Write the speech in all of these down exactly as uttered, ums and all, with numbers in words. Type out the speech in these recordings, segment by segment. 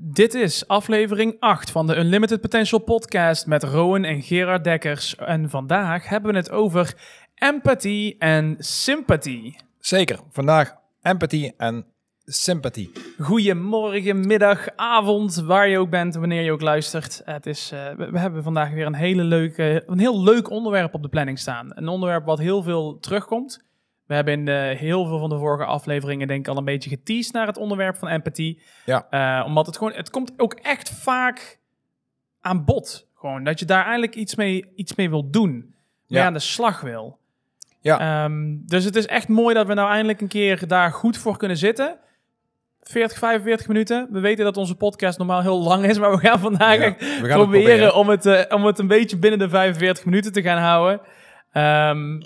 Dit is aflevering acht van de Unlimited Potential podcast met Rowan en Gerard Dekkers. En vandaag hebben we het over empathie en sympathie. Zeker, vandaag empathie en sympathie. Goedemorgen, middag, avond, waar je ook bent, wanneer je ook luistert. Het is, uh, we, we hebben vandaag weer een, hele leuke, een heel leuk onderwerp op de planning staan. Een onderwerp wat heel veel terugkomt. We hebben in de, heel veel van de vorige afleveringen denk ik al een beetje geteased naar het onderwerp van empathie. Ja. Uh, omdat het gewoon, het komt ook echt vaak aan bod. Gewoon dat je daar eigenlijk iets mee, iets mee wil doen. Mee Ja. aan de slag wil. Ja. Um, dus het is echt mooi dat we nou eindelijk een keer daar goed voor kunnen zitten. veertig, vijfenveertig minuten. We weten dat onze podcast normaal heel lang is, maar we gaan vandaag Ja, echt we gaan het proberen, proberen. Om, het, uh, om het een beetje binnen de vijfenveertig minuten te gaan houden. Um,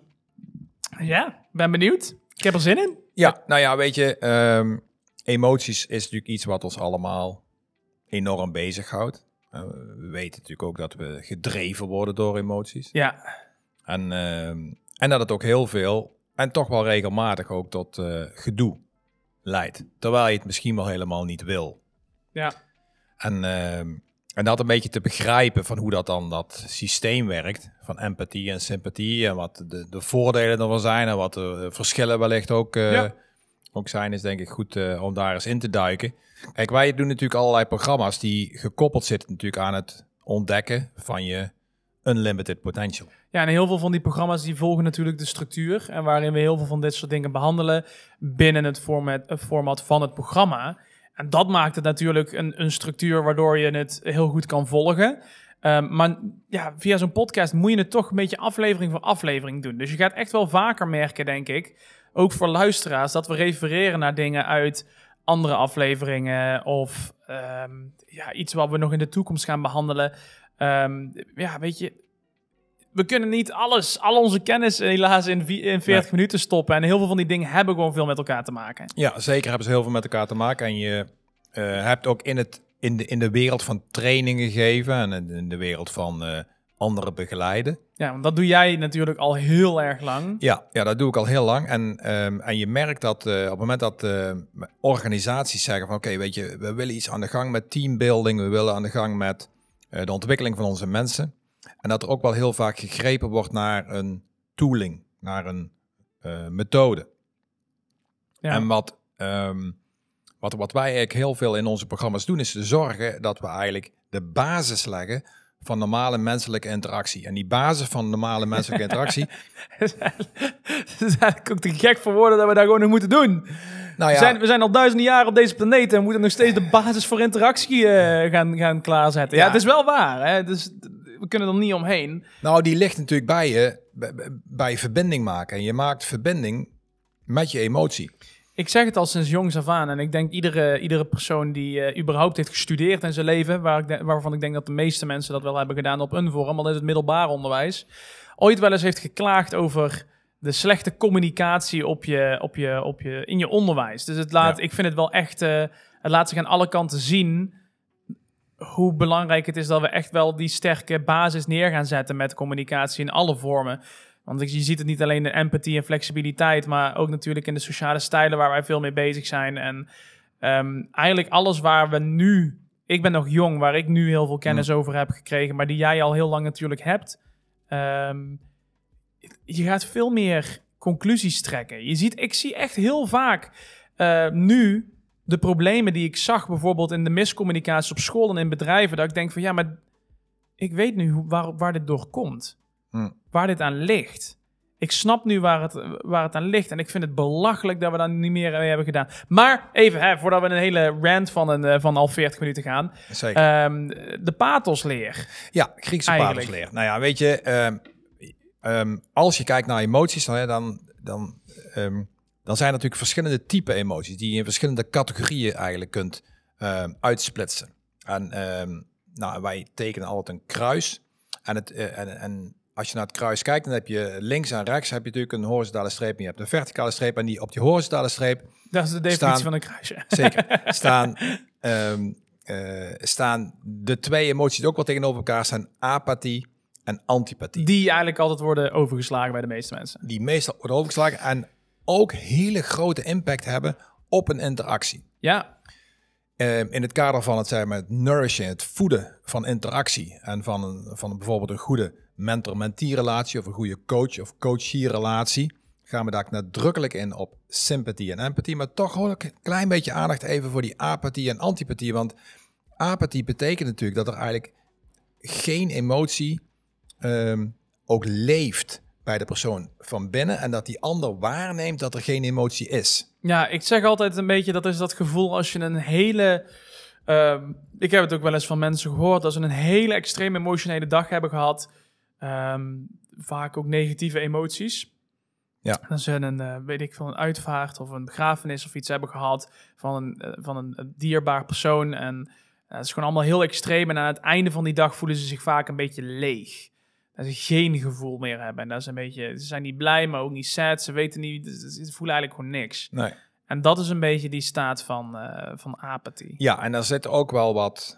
ja, ben benieuwd. Ik heb er zin in. Ja, nou ja, weet je, um, emoties is natuurlijk iets wat ons allemaal enorm bezighoudt. Uh, we weten natuurlijk ook dat we gedreven worden door emoties. Ja. En, um, en dat het ook heel veel, en toch wel regelmatig ook tot uh, gedoe leidt. Terwijl je het misschien wel helemaal niet wil. Ja. En, um, en dat een beetje te begrijpen van hoe dat dan dat systeem werkt. Van empathie en sympathie. En wat de, de voordelen ervan zijn. En wat de verschillen wellicht ook, uh, Ja. ook zijn. Is denk ik goed uh, om daar eens in te duiken. Kijk, wij doen natuurlijk allerlei programma's die gekoppeld zitten natuurlijk aan het ontdekken van je unlimited potential. Ja, en heel veel van die programma's die volgen natuurlijk de structuur. En waarin we heel veel van dit soort dingen behandelen binnen het format, het format van het programma. En dat maakt het natuurlijk een, een structuur waardoor je het heel goed kan volgen. Um, maar ja, via zo'n podcast moet je het toch een beetje aflevering voor aflevering doen. Dus je gaat echt wel vaker merken, denk ik, ook voor luisteraars, dat we refereren naar dingen uit andere afleveringen of um, ja, iets wat we nog in de toekomst gaan behandelen. Um, ja, weet je, we kunnen niet alles, al onze kennis helaas in, vi- in veertig Nee. minuten stoppen. En heel veel van die dingen hebben gewoon veel met elkaar te maken. Ja, zeker hebben ze heel veel met elkaar te maken. En je uh, hebt ook in, het, in, de, in de wereld van trainingen geven en in, in de wereld van uh, anderen begeleiden. Ja, want dat doe jij natuurlijk al heel erg lang. Ja, ja, dat doe ik al heel lang. En, um, en je merkt dat uh, op het moment dat uh, organisaties zeggen van oké, okay, weet je, we willen iets aan de gang met teambuilding, we willen aan de gang met uh, de ontwikkeling van onze mensen. En dat er ook wel heel vaak gegrepen wordt naar een tooling, naar een uh, methode. Ja. En wat, um, wat, wat wij eigenlijk heel veel in onze programma's doen, is te zorgen dat we eigenlijk de basis leggen van normale menselijke interactie. En die basis van normale menselijke interactie... Het is eigenlijk ook te gek voor woorden dat we daar gewoon nog moeten doen. Nou ja, we, zijn, we zijn al duizenden jaren op deze planeet en we moeten nog steeds de basis voor interactie uh, gaan, gaan klaarzetten. Ja, Ja. het is wel waar. Hè? Dus, we kunnen er niet omheen. Nou, die ligt natuurlijk bij je, bij, bij verbinding maken. En je maakt verbinding met je emotie. Ik zeg het al sinds jongs af aan. En ik denk iedere, iedere persoon die uh, überhaupt heeft gestudeerd in zijn leven, waar ik de, waarvan ik denk dat de meeste mensen dat wel hebben gedaan op een vorm, al is het middelbaar onderwijs, ooit wel eens heeft geklaagd over de slechte communicatie op je, op je, op je, in je onderwijs. Dus het laat, Ja. ik vind het wel echt, uh, het laat zich aan alle kanten zien hoe belangrijk het is dat we echt wel die sterke basis neer gaan zetten met communicatie in alle vormen. Want je ziet het niet alleen in empathie en flexibiliteit, maar ook natuurlijk in de sociale stijlen waar wij veel mee bezig zijn. En um, eigenlijk alles waar we nu... Ik ben nog jong, waar ik nu heel veel kennis mm. over heb gekregen, maar die jij al heel lang natuurlijk hebt. Um, je gaat veel meer conclusies trekken. Je ziet, ik zie echt heel vaak uh, nu de problemen die ik zag bijvoorbeeld in de miscommunicatie op school en in bedrijven, dat ik denk van ja, maar ik weet nu hoe, waar, waar dit door komt. Hmm. Waar dit aan ligt. Ik snap nu waar het, waar het aan ligt. En ik vind het belachelijk dat we daar niet meer mee hebben gedaan. Maar even, hè, voordat we een hele rant van, een, van al veertig minuten gaan. Zeker. Um, de pathosleer. Ja, Griekse Eigenlijk. pathosleer. Nou ja, weet je, um, um, als je kijkt naar emoties, dan, dan, dan, um, dan zijn er natuurlijk verschillende type emoties die je in verschillende categorieën eigenlijk kunt um, uitsplitsen. En um, nou, wij tekenen altijd een kruis. En, het, uh, en, en als je naar het kruis kijkt, dan heb je links en rechts heb je natuurlijk een horizontale streep en je hebt een verticale streep. En die op die horizontale streep... Dat is de definitie staan, van een kruisje. Zeker. Staan, um, uh, staan de twee emoties die ook wel tegenover elkaar staan, apathie en antipathie. Die eigenlijk altijd worden overgeslagen bij de meeste mensen. Die meestal worden overgeslagen en ook hele grote impact hebben op een interactie. Ja. uh, in het kader van het, zeg maar, het nourishen, het voeden van interactie en van, een, van een, bijvoorbeeld een goede mentor-mentee relatie of een goede coach- of coachie relatie, gaan we daar nadrukkelijk in op sympathie en empathie, maar toch gewoon een klein beetje aandacht even voor die apathie en antipathie, want apathie betekent natuurlijk dat er eigenlijk geen emotie um, ook leeft bij de persoon van binnen en dat die ander waarneemt dat er geen emotie is. Ja, ik zeg altijd een beetje, dat is dat gevoel als je een hele... Uh, ik heb het ook wel eens van mensen gehoord, als ze een hele extreem emotionele dag hebben gehad, um, vaak ook negatieve emoties. Ja. Dan ze een, uh, weet ik veel, een uitvaart of een begrafenis of iets hebben gehad van een, uh, van een, een dierbaar persoon. En uh, het is gewoon allemaal heel extreem. En aan het einde van die dag voelen ze zich vaak een beetje leeg. Dat ze geen gevoel meer hebben. En dat is een beetje, ze zijn niet blij, maar ook niet sad. Ze weten niet, ze voelen eigenlijk gewoon niks. Nee. En dat is een beetje die staat van, uh, van apathie. Ja, en daar zit ook wel wat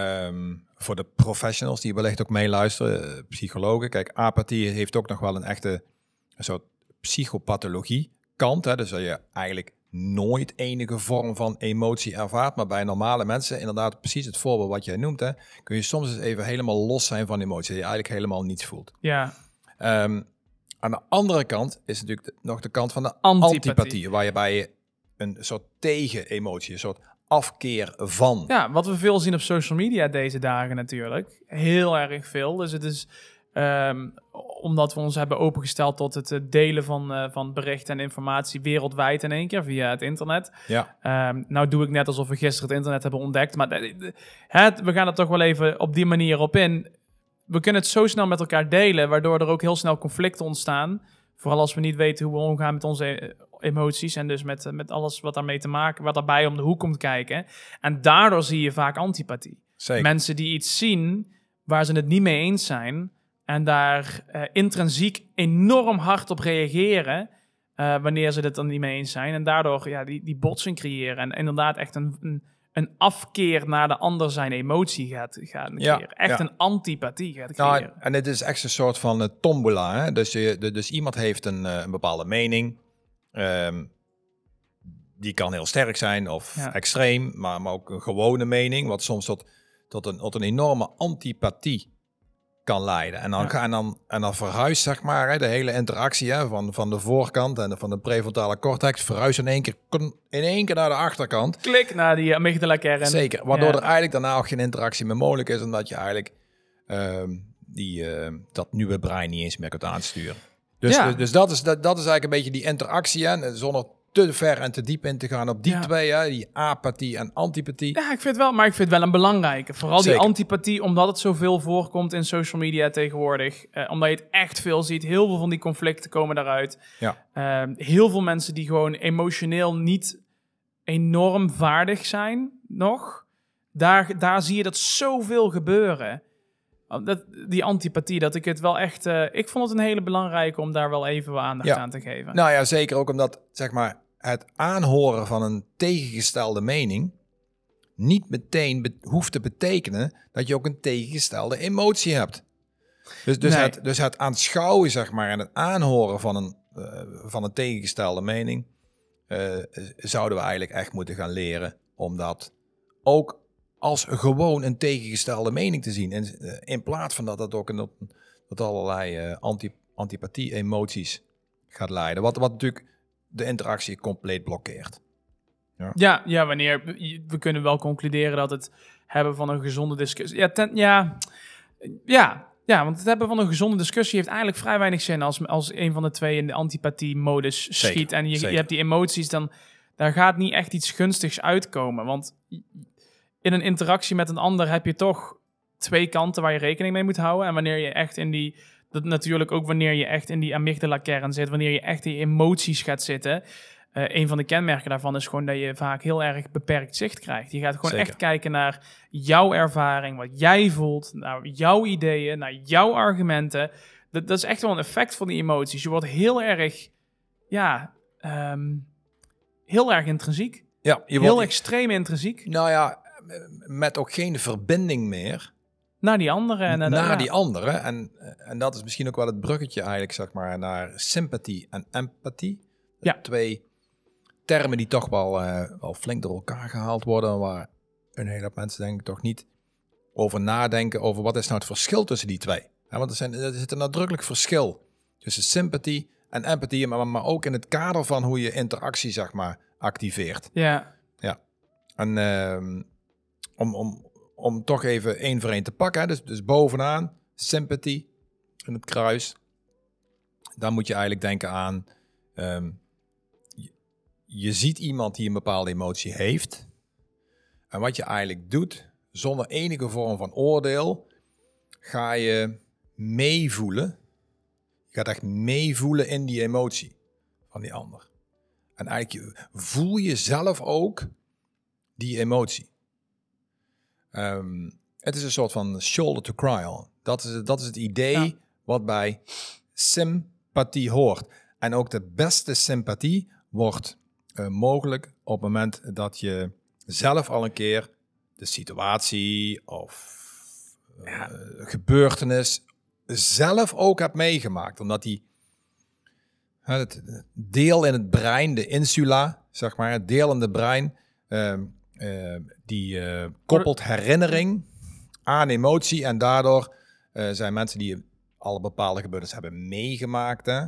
um, voor de professionals die wellicht ook meeluisteren, uh, psychologen. Kijk, apathie heeft ook nog wel een echte een soort psychopathologie kant. Hè? Dus dat je eigenlijk nooit enige vorm van emotie ervaart. Maar bij normale mensen, inderdaad precies het voorbeeld wat jij noemt, hè, kun je soms eens even helemaal los zijn van emotie. Dat je eigenlijk helemaal niets voelt. Ja. Um, aan de andere kant is natuurlijk de, nog de kant van de antipathie. antipathie waarbij je een soort tegen-emotie, een soort afkeer van. Ja, wat we veel zien op social media deze dagen natuurlijk. Heel erg veel. Dus het is... Um, omdat we ons hebben opengesteld tot het uh, delen van, uh, van berichten en informatie wereldwijd in één keer via het internet. Ja. Um, nou doe ik net alsof we gisteren het internet hebben ontdekt, maar uh, uh, het, we gaan er toch wel even op die manier op in. We kunnen het zo snel met elkaar delen, waardoor er ook heel snel conflicten ontstaan. Vooral als we niet weten hoe we omgaan met onze emoties en dus met, uh, met alles wat daarmee te maken, wat daarbij om de hoek komt kijken. En daardoor zie je vaak antipathie. Zeker. Mensen die iets zien waar ze het niet mee eens zijn en daar uh, intrinsiek enorm hard op reageren uh, wanneer ze het dan niet mee eens zijn. En daardoor ja, die, die botsing creëren. En inderdaad echt een, een, een afkeer naar de ander zijn emotie gaat, gaat creëren. Ja, echt ja. een antipathie gaat creëren. Nou, en dit is echt een soort van uh, tombola. Hè? Dus, je, de, dus iemand heeft een, uh, een bepaalde mening. Um, die kan heel sterk zijn of ja. extreem. Maar, maar ook een gewone mening. Wat soms tot, tot, een, tot een enorme antipathie kan leiden. En dan, ja. en dan, en dan verhuist, zeg maar, hè, de hele interactie hè, van, van de voorkant en de, van de prefrontale cortex verhuist in één keer in één keer naar de achterkant. Klik naar die amygdala-kern. Zeker, waardoor ja. er eigenlijk daarna ook geen interactie meer mogelijk is, omdat je eigenlijk uh, die, uh, dat nieuwe brein niet eens meer kunt aansturen. Dus, ja. dus, dus dat, is, dat, dat is eigenlijk een beetje die interactie, hè, zonder te ver en te diep in te gaan op die ja. twee, hè, die apathie en antipathie. Ja, ik vind het wel, maar ik vind het wel een belangrijke. Vooral Zeker. Die antipathie, omdat het zoveel voorkomt in social media tegenwoordig. Uh, omdat je het echt veel ziet. Heel veel van die conflicten komen daaruit. Ja. Uh, heel veel mensen die gewoon emotioneel niet enorm vaardig zijn nog. Daar, daar zie je dat zoveel gebeuren. Dat, die antipathie, dat ik het wel echt... Uh, ik vond het een hele belangrijke om daar wel even wat aandacht ja. aan te geven. Nou ja, zeker ook omdat, zeg maar, het aanhoren van een tegengestelde mening niet meteen be- hoeft te betekenen dat je ook een tegengestelde emotie hebt. Dus, dus, nee. het, dus het aanschouwen, zeg maar, en het aanhoren van een, uh, van een tegengestelde mening uh, zouden we eigenlijk echt moeten gaan leren om dat ook als gewoon een tegengestelde mening te zien. En uh, in plaats van dat dat ook een, tot allerlei uh, anti, antipathie-emoties gaat leiden. Wat, wat natuurlijk de interactie compleet blokkeert. Ja, ja, ja, wanneer... We kunnen wel concluderen dat het hebben van een gezonde discussie... Ja, ten, ja, ja, ja, want het hebben van een gezonde discussie heeft eigenlijk vrij weinig zin als, als een van de twee in de antipathie-modus schiet. Zeker, en je, je hebt die emoties, dan daar gaat niet echt iets gunstigs uitkomen. Want in een interactie met een ander heb je toch twee kanten waar je rekening mee moet houden. En wanneer je echt in die... Dat natuurlijk ook wanneer je echt in die amygdala-kern zit, wanneer je echt in emoties gaat zitten. Uh, een van de kenmerken daarvan is gewoon dat je vaak heel erg beperkt zicht krijgt. Je gaat gewoon Zeker. echt kijken naar jouw ervaring, wat jij voelt, naar jouw ideeën, naar jouw argumenten. Dat, dat is echt wel een effect van die emoties. Je wordt heel erg, ja, um, heel erg intrinsiek. Ja, je heel wordt, extreem intrinsiek. Nou ja, met ook geen verbinding meer. Naar die anderen. En, naar ja. die anderen. En, en dat is misschien ook wel het bruggetje eigenlijk, zeg maar, naar sympathie en empathie. Ja. Twee termen die toch wel, uh, wel flink door elkaar gehaald worden, waar een hele hoop mensen denk ik toch niet over nadenken over wat is nou het verschil tussen die twee. Ja, want er, zijn, er zit een nadrukkelijk verschil tussen sympathie en empathie, maar, maar ook in het kader van hoe je interactie, zeg maar, activeert. Ja. Ja. En uh, om, om, om toch even één voor één te pakken, hè, dus, dus bovenaan, sympathie in het kruis. Dan moet je eigenlijk denken aan, um, je, je ziet iemand die een bepaalde emotie heeft. En wat je eigenlijk doet, zonder enige vorm van oordeel, ga je meevoelen. Je gaat echt meevoelen in die emotie van die ander. En eigenlijk voel je zelf ook die emotie. Um, het is een soort van shoulder to cry on. Dat is, dat is het idee ja. wat bij sympathie hoort. En ook de beste sympathie wordt uh, mogelijk op het moment dat je zelf al een keer de situatie of uh, ja. gebeurtenis zelf ook hebt meegemaakt. Omdat die het deel in het brein, de insula, zeg maar, het deel in het brein, uh, uh, die uh, koppelt herinnering aan emotie. En daardoor uh, zijn mensen die alle bepaalde gebeurtenissen hebben meegemaakt, hè,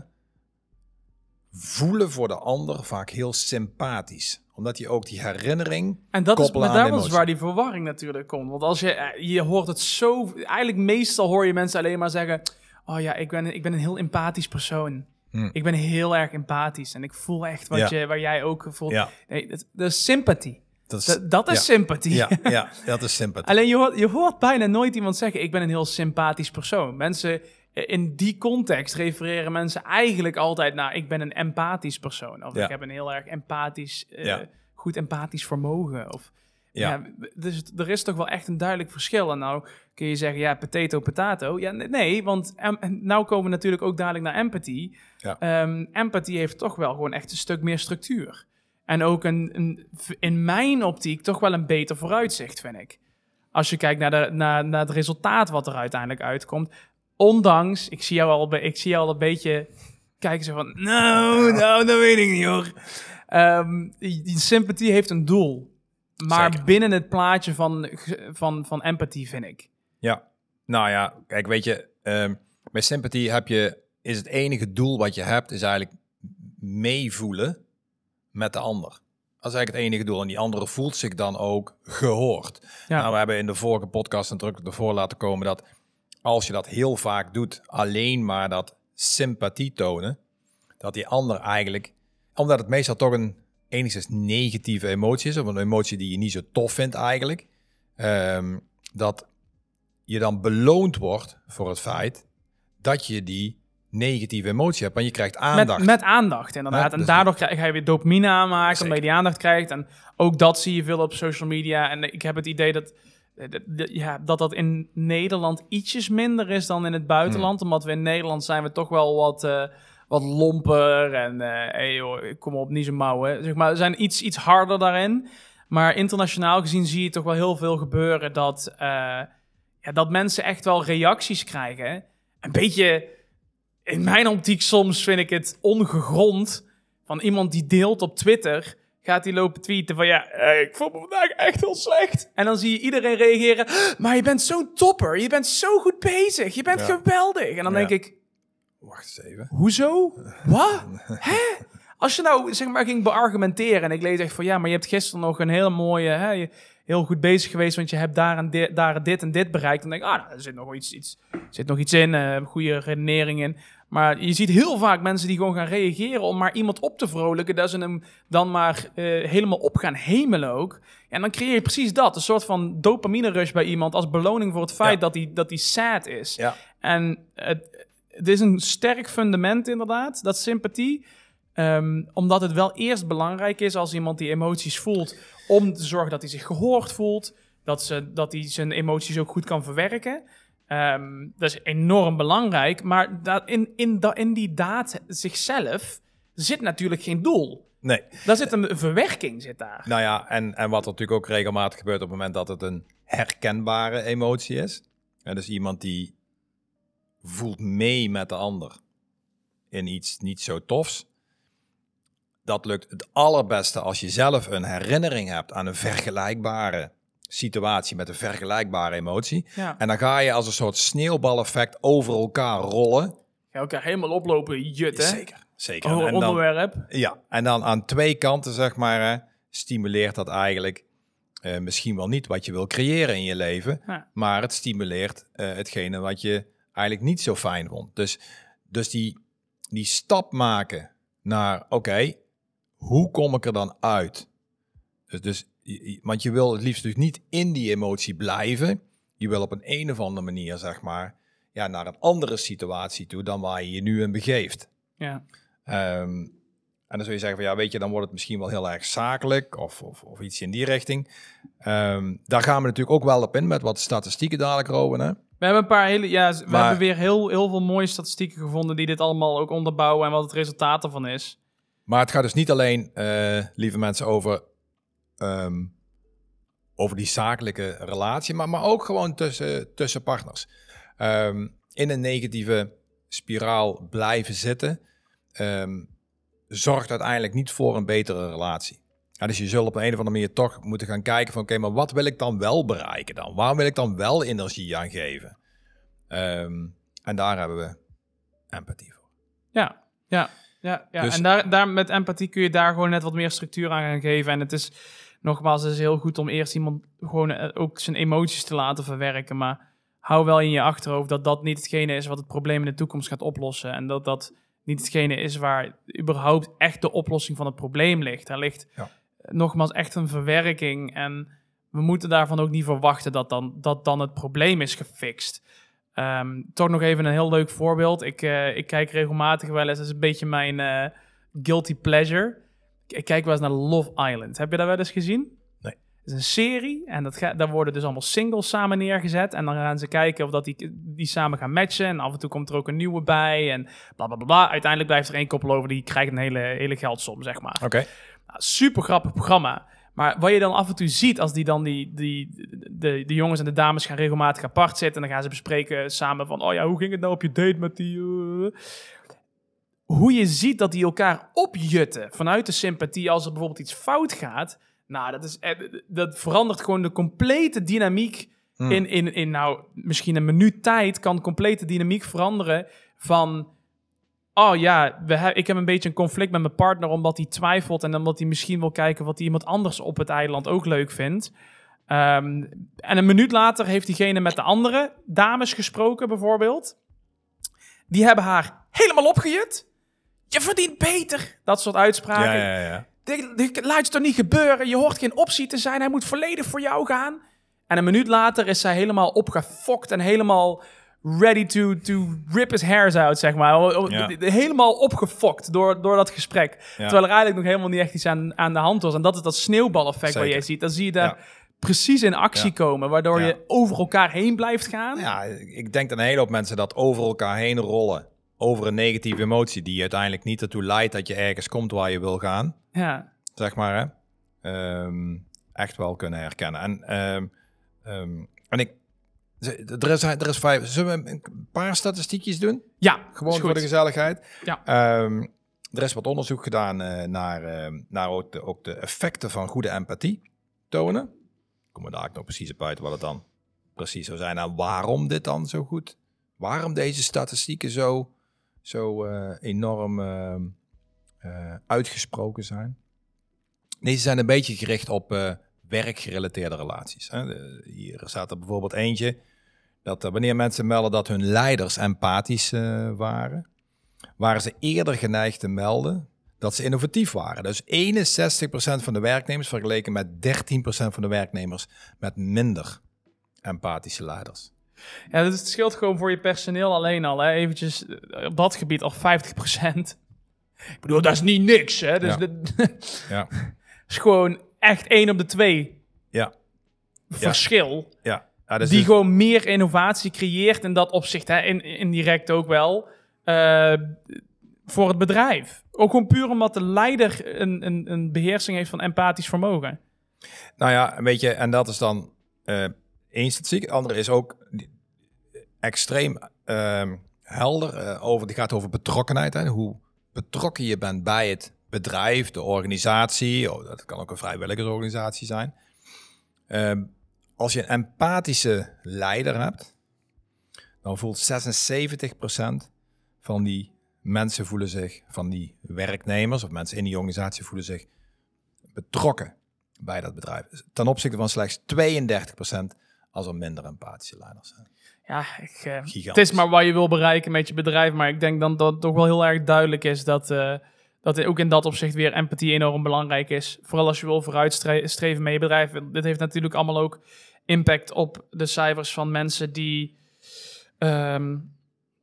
voelen voor de ander vaak heel sympathisch. Omdat je ook die herinnering en dat is, maar daar was waar die verwarring natuurlijk komt. Want als je, je hoort het zo... Eigenlijk meestal hoor je mensen alleen maar zeggen... Oh ja, ik ben, ik ben een heel empathisch persoon. Hmm. Ik ben heel erg empathisch. En ik voel echt wat ja. je, waar jij ook voelt. Ja. Nee, dat, dat is sympathie. Dat is, dat, dat is ja. sympathie. Ja, ja, dat is sympathie. Alleen je hoort, je hoort bijna nooit iemand zeggen... Ik ben een heel sympathisch persoon. Mensen... In die context refereren mensen eigenlijk altijd naar... ik ben een empathisch persoon. Of ja. ik heb een heel erg empathisch... Uh, ja. goed empathisch vermogen. Of, ja. Ja, dus er is toch wel echt een duidelijk verschil. En nou kun je zeggen, ja, potato, potato. Ja, nee, want em, nou komen we natuurlijk ook dadelijk naar empathie. Ja. Um, empathie heeft toch wel gewoon echt een stuk meer structuur. En ook een, een, in mijn optiek toch wel een beter vooruitzicht, vind ik. Als je kijkt naar, de, naar, naar het resultaat wat er uiteindelijk uitkomt... Ondanks, ik zie jou al, ik zie jou al een beetje kijken zo van... Nou, nou, dat weet ik niet hoor. Um, die, die sympathie heeft een doel. Maar Zeker. Binnen het plaatje van, van, van empathie, vind ik. Ja, nou ja, kijk, weet je... Um, bij sympathie heb je... Is het enige doel wat je hebt, is eigenlijk meevoelen met de ander. Dat is eigenlijk het enige doel. En die andere voelt zich dan ook gehoord. Ja. Nou, we hebben in de vorige podcast natuurlijk ervoor laten komen dat... Als je dat heel vaak doet, alleen maar dat sympathie tonen, dat die ander eigenlijk, omdat het meestal toch een enigszins negatieve emotie is, of een emotie die je niet zo tof vindt eigenlijk, um, dat je dan beloond wordt voor het feit dat je die negatieve emotie hebt, want je krijgt aandacht. Met, met aandacht, inderdaad. Ja, dus en daardoor krijg, ga je weer dopamine aanmaken, Zeker. Omdat je die aandacht krijgt. En ook dat zie je veel op social media. En ik heb het idee dat... Ja, dat dat in Nederland ietsjes minder is dan in het buitenland. Hmm. Omdat we in Nederland zijn we toch wel wat, uh, wat lomper. En uh, hey joh, ik kom op, niet zo mouwen. Zeg maar, we zijn iets, iets harder daarin. Maar internationaal gezien zie je toch wel heel veel gebeuren... dat, uh, ja, dat mensen echt wel reacties krijgen. Een beetje, in mijn optiek soms vind ik het ongegrond... van iemand die deelt op Twitter... gaat hij lopen tweeten van ja, hey, ik voel me vandaag echt heel slecht. En dan zie je iedereen reageren, maar je bent zo'n topper. Je bent zo goed bezig. Je bent ja. geweldig. En dan ja. denk ik... Wacht eens even. Hoezo? Wat? Hè? Als je nou, zeg maar, ging beargumenteren en ik lees echt van ja, maar je hebt gisteren nog een hele mooie... Hè, je, heel goed bezig geweest, want je hebt daar en dit, daar dit en dit bereikt. Dan denk ik, ah, nou, er zit nog iets, iets, zit nog iets in, uh, goede redenering in. Maar je ziet heel vaak mensen die gewoon gaan reageren om maar iemand op te vrolijken, dat ze hem dan maar uh, helemaal op gaan hemelen ook. En dan creëer je precies dat, een soort van dopamine rush bij iemand als beloning voor het feit ja. dat hij dat hij sad is. Ja. En het, het is een sterk fundament inderdaad, dat sympathie. Um, omdat het wel eerst belangrijk is als iemand die emoties voelt, om te zorgen dat hij zich gehoord voelt, dat, ze, dat hij zijn emoties ook goed kan verwerken. Um, dat is enorm belangrijk, maar dat in, in, da, in die daad zichzelf zit natuurlijk geen doel. Nee. Daar zit een, een verwerking, zit daar. Nou ja, en, en wat er natuurlijk ook regelmatig gebeurt op het moment dat het een herkenbare emotie is. En dus iemand die voelt mee met de ander in iets niet zo tofs. Dat lukt het allerbeste als je zelf een herinnering hebt aan een vergelijkbare situatie met een vergelijkbare emotie. Ja. En dan ga je als een soort sneeuwbaleffect over elkaar rollen. Ga elkaar helemaal oplopen, jut, hè? Zeker, zeker. Oh, en dan, onderwerp. ja, en dan aan twee kanten, zeg maar, hè, stimuleert dat eigenlijk uh, misschien wel niet wat je wil creëren in je leven, Ja. maar het stimuleert uh, hetgene wat je eigenlijk niet zo fijn vond. Dus, dus die, die stap maken naar, oké, okay, hoe kom ik er dan uit? Dus, dus, want je wil het liefst dus niet in die emotie blijven. Je wil op een een of andere manier, zeg maar, ja, naar een andere situatie toe dan waar je je nu in begeeft. Ja. Um, en dan zul je zeggen van, ja, weet je, dan wordt het misschien wel heel erg zakelijk of, of, of iets in die richting. Um, daar gaan we natuurlijk ook wel op in met wat statistieken dadelijk, Robin, hè? We hebben een paar hele, ja, we maar, hebben weer heel, heel veel mooie statistieken gevonden die dit allemaal ook onderbouwen en wat het resultaat ervan is. Maar het gaat dus niet alleen, uh, lieve mensen, over, um, over die zakelijke relatie, maar, maar ook gewoon tussen, tussen partners. Um, in een negatieve spiraal blijven zitten, um, zorgt uiteindelijk niet voor een betere relatie. Ja, dus je zult op een, een of andere manier toch moeten gaan kijken van, oké, okay, maar wat wil ik dan wel bereiken dan? Waar wil ik dan wel energie aan geven? Um, en daar hebben we empathie voor. Ja, ja, ja. ja. Dus, en daar, daar met empathie kun je daar gewoon net wat meer structuur aan gaan geven. En het is, nogmaals, het is heel goed om eerst iemand gewoon ook zijn emoties te laten verwerken, maar hou wel in je achterhoofd dat dat niet hetgene is wat het probleem in de toekomst gaat oplossen. En dat dat niet hetgene is waar überhaupt echt de oplossing van het probleem ligt. Daar ligt ja. nogmaals echt een verwerking. En we moeten daarvan ook niet verwachten dat dan, dat dan het probleem is gefixt. Um, toch nog even een heel leuk voorbeeld. Ik, uh, ik kijk regelmatig wel eens, dat is een beetje mijn uh, guilty pleasure. Ik, ik kijk wel eens naar Love Island. Heb je dat wel eens gezien? Nee. Het is een serie en dat ga, daar worden dus allemaal singles samen neergezet. En dan gaan ze kijken of dat die, die samen gaan matchen. En af en toe komt er ook een nieuwe bij. En bla bla bla. bla. Uiteindelijk blijft er één koppel over die krijgt een hele, hele geldsom, zeg maar. Oké. Okay. Nou, super grappig programma. Maar wat je dan af en toe ziet als die dan die, die, de, de jongens en de dames gaan regelmatig apart zitten. En dan gaan ze bespreken samen van, oh ja, hoe ging het nou op je date met die... Uh... Hoe je ziet dat die elkaar opjutten vanuit de sympathie als er bijvoorbeeld iets fout gaat. Nou, dat, is, dat verandert gewoon de complete dynamiek. Hmm. In, in, in, nou, misschien een minuut tijd kan de complete dynamiek veranderen van... Oh ja, we he- ik heb een beetje een conflict met mijn partner omdat hij twijfelt en omdat hij misschien wil kijken wat hij iemand anders op het eiland ook leuk vindt. Um, en een minuut later heeft diegene met de andere dames gesproken bijvoorbeeld. Die hebben haar helemaal opgejut. Je verdient beter. Dat soort uitspraken. Ja, ja, ja. Dit, dit laat je toch niet gebeuren? Je hoort geen optie te zijn. Hij moet volledig voor jou gaan. En een minuut later is zij helemaal opgefokt en helemaal ready to, to rip his hairs out, zeg maar. Ja. Helemaal opgefokt door, door dat gesprek. Ja. Terwijl er eigenlijk nog helemaal niet echt iets aan, aan de hand was. En dat is dat sneeuwbaleffect wat jij ziet. Dan zie je daar ja. precies in actie ja. komen, waardoor ja. je over elkaar heen blijft gaan. Ja, ik denk dat een hele hoop mensen dat over elkaar heen rollen. Over een negatieve emotie die uiteindelijk niet ertoe leidt dat je ergens komt waar je wil gaan. Ja. Zeg maar, hè. Um, echt wel kunnen herkennen. En, um, um, en ik... Er is, er is vijf. Zullen we een paar statistiekjes doen? Ja, gewoon voor de gezelligheid. Ja. Um, er is wat onderzoek gedaan uh, naar, uh, naar ook, de, ook de effecten van goede empathie tonen. Kom er daar nog precies op uit wat het dan precies zou zijn. En waarom dit dan zo goed? Waarom deze statistieken zo, zo uh, enorm uh, uh, uitgesproken zijn? Deze zijn een beetje gericht op uh, werkgerelateerde relaties. Hè. De, hier staat er bijvoorbeeld eentje. Dat uh, wanneer mensen melden dat hun leiders empathisch uh, waren, waren ze eerder geneigd te melden dat ze innovatief waren. Dus eenenzestig procent van de werknemers vergeleken met dertien procent van de werknemers met minder empathische leiders. Ja, dus het scheelt gewoon voor je personeel alleen al. Hè. Eventjes op dat gebied al vijftig procent. Ik bedoel, dat is niet niks. Hè. Dus ja. de, ja. is gewoon echt één op de twee ja. verschil. Ja. Ja, dus die dus... gewoon meer innovatie creëert in dat opzicht. Hè, in, indirect ook wel. Uh, voor het bedrijf. Ook gewoon puur omdat de leider een, een, een beheersing heeft van empathisch vermogen. Nou ja, weet je, en dat is dan uh, één statistiek. Het andere is ook extreem uh, helder. Uh, over, die gaat over betrokkenheid. Hè, hoe betrokken je bent bij het bedrijf, de organisatie. Oh, dat kan ook een vrijwilligersorganisatie zijn. Uh, als je een empathische leider hebt, dan voelt zesenzeventig procent van die mensen voelen zich, van die werknemers of mensen in die organisatie voelen zich betrokken bij dat bedrijf. Ten opzichte van slechts tweeëndertig procent als er minder empathische leiders zijn. Ja, ik, uh, het is maar wat je wil bereiken met je bedrijf, maar ik denk dan dat het toch wel heel erg duidelijk is dat, uh, dat ook in dat opzicht weer empathie enorm belangrijk is. Vooral als je wil vooruitstreven met je bedrijf. Dit heeft natuurlijk allemaal ook impact op de cijfers van mensen die, um,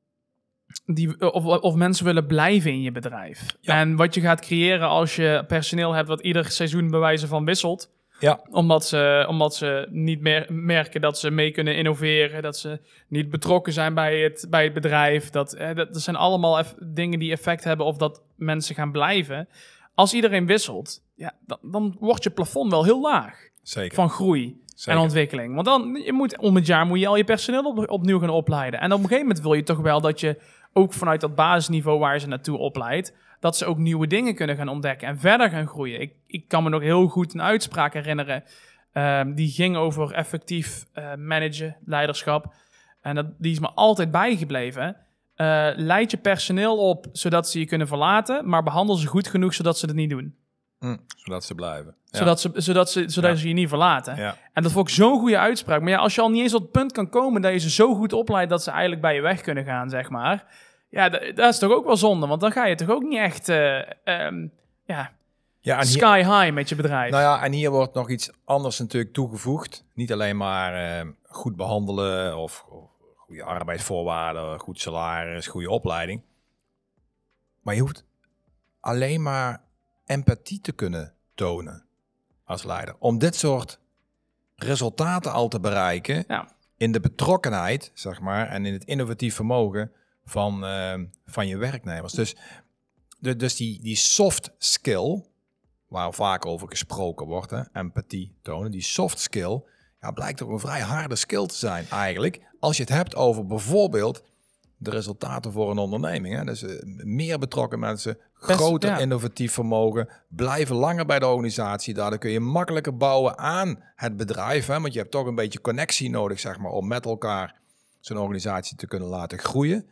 die of, of mensen willen blijven in je bedrijf. Ja. En wat je gaat creëren als je personeel hebt wat ieder seizoen bij wijze van wisselt. Ja. Omdat ze, omdat ze niet meer merken dat ze mee kunnen innoveren, dat ze niet betrokken zijn bij het, bij het bedrijf. Dat, eh, dat, dat zijn allemaal eff- dingen die effect hebben of dat mensen gaan blijven. Als iedereen wisselt, ja, dan, dan wordt je plafond wel heel laag. Zeker. Van groei. Zeker. En ontwikkeling. Want dan, je moet, om het jaar moet je al je personeel op, opnieuw gaan opleiden. En op een gegeven moment wil je toch wel dat je ook vanuit dat basisniveau waar je ze naartoe opleidt, dat ze ook nieuwe dingen kunnen gaan ontdekken en verder gaan groeien. Ik, ik kan me nog heel goed een uitspraak herinneren. Uh, die ging over effectief uh, managen, leiderschap. En dat, die is me altijd bijgebleven. Uh, leid je personeel op zodat ze je kunnen verlaten, maar behandel ze goed genoeg zodat ze het niet doen. Mm, zodat ze blijven. Ja. Zodat, ze, zodat, ze, zodat ja. ze je niet verlaten. Ja. En dat vond ik zo'n goede uitspraak. Maar ja, als je al niet eens op het punt kan komen dat je ze zo goed opleidt dat ze eigenlijk bij je weg kunnen gaan, zeg maar. Ja, dat, dat is toch ook wel zonde, want dan ga je toch ook niet echt uh, um, ja, ja, sky hier, high met je bedrijf. Nou ja, en hier wordt nog iets anders natuurlijk toegevoegd. Niet alleen maar uh, goed behandelen of, of goede arbeidsvoorwaarden, goed salaris, goede opleiding. Maar je hoeft alleen maar empathie te kunnen tonen als leider. Om dit soort resultaten al te bereiken, ja. in de betrokkenheid, zeg maar, en in het innovatief vermogen van, uh, van je werknemers. Dus, de, dus die, die soft skill, waar vaak over gesproken wordt, hè, empathie tonen, die soft skill, ja, blijkt ook een vrij harde skill te zijn eigenlijk, als je het hebt over bijvoorbeeld de resultaten voor een onderneming. Hè. Dus uh, meer betrokken mensen, Best, groter ja. innovatief vermogen, blijven langer bij de organisatie. Daardoor kun je makkelijker bouwen aan het bedrijf, hè, want je hebt toch een beetje connectie nodig, zeg maar, om met elkaar zo'n organisatie te kunnen laten groeien.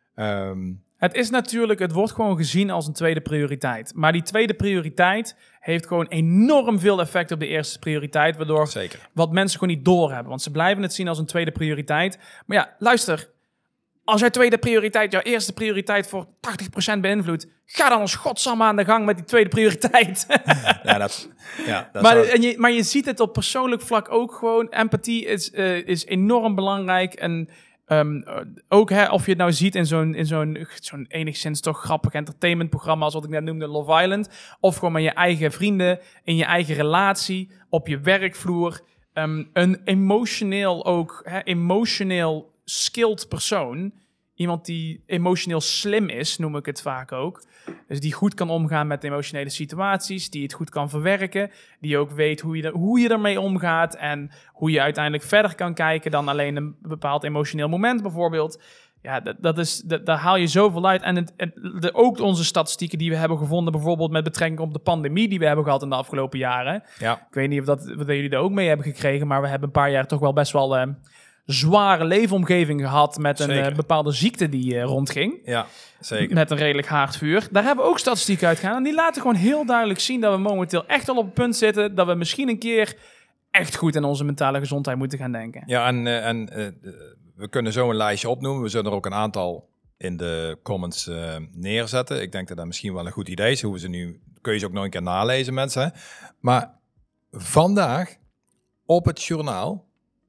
Um, het is natuurlijk, het wordt gewoon gezien als een tweede prioriteit. Maar die tweede prioriteit heeft gewoon enorm veel effect op de eerste prioriteit, waardoor Zeker. wat mensen gewoon niet doorhebben. Want ze blijven het zien als een tweede prioriteit. Maar ja, luister, als jouw tweede prioriteit jouw eerste prioriteit voor tachtig procent beïnvloedt, ga dan als godsamme aan de gang met die tweede prioriteit. ja, dat, ja, dat maar, en je, maar je ziet het op persoonlijk vlak ook gewoon. Empathie is, uh, is enorm belangrijk en Um, ook hè, of je het nou ziet in zo'n, in zo'n, zo'n enigszins toch grappig entertainmentprogramma als wat ik net noemde, Love Island. Of gewoon met je eigen vrienden, in je eigen relatie, op je werkvloer. Um, een emotioneel ook, hè, emotioneel skilled persoon. Iemand die emotioneel slim is, noem ik het vaak ook. Dus die goed kan omgaan met emotionele situaties, die het goed kan verwerken, die ook weet hoe je, er, hoe je ermee omgaat en hoe je uiteindelijk verder kan kijken dan alleen een bepaald emotioneel moment bijvoorbeeld. Ja, dat, dat is, dat, daar haal je zoveel uit. En het, het, de, ook onze statistieken die we hebben gevonden, bijvoorbeeld met betrekking op de pandemie die we hebben gehad in de afgelopen jaren. Ja. Ik weet niet of, dat, of jullie er ook mee hebben gekregen, maar we hebben een paar jaar toch wel best wel Uh, zware leefomgeving gehad met een uh, bepaalde ziekte die uh, rondging. Ja, zeker. Met een redelijk haardvuur. Daar hebben we ook statistieken uitgegaan. En die laten gewoon heel duidelijk zien dat we momenteel echt al op het punt zitten dat we misschien een keer echt goed aan onze mentale gezondheid moeten gaan denken. Ja, en, uh, en uh, we kunnen zo een lijstje opnoemen. We zullen er ook een aantal in de comments uh, neerzetten. Ik denk dat dat misschien wel een goed idee is. Hoe we ze nu, kun je ze ook nog een keer nalezen, mensen. Hè? Maar vandaag op het journaal.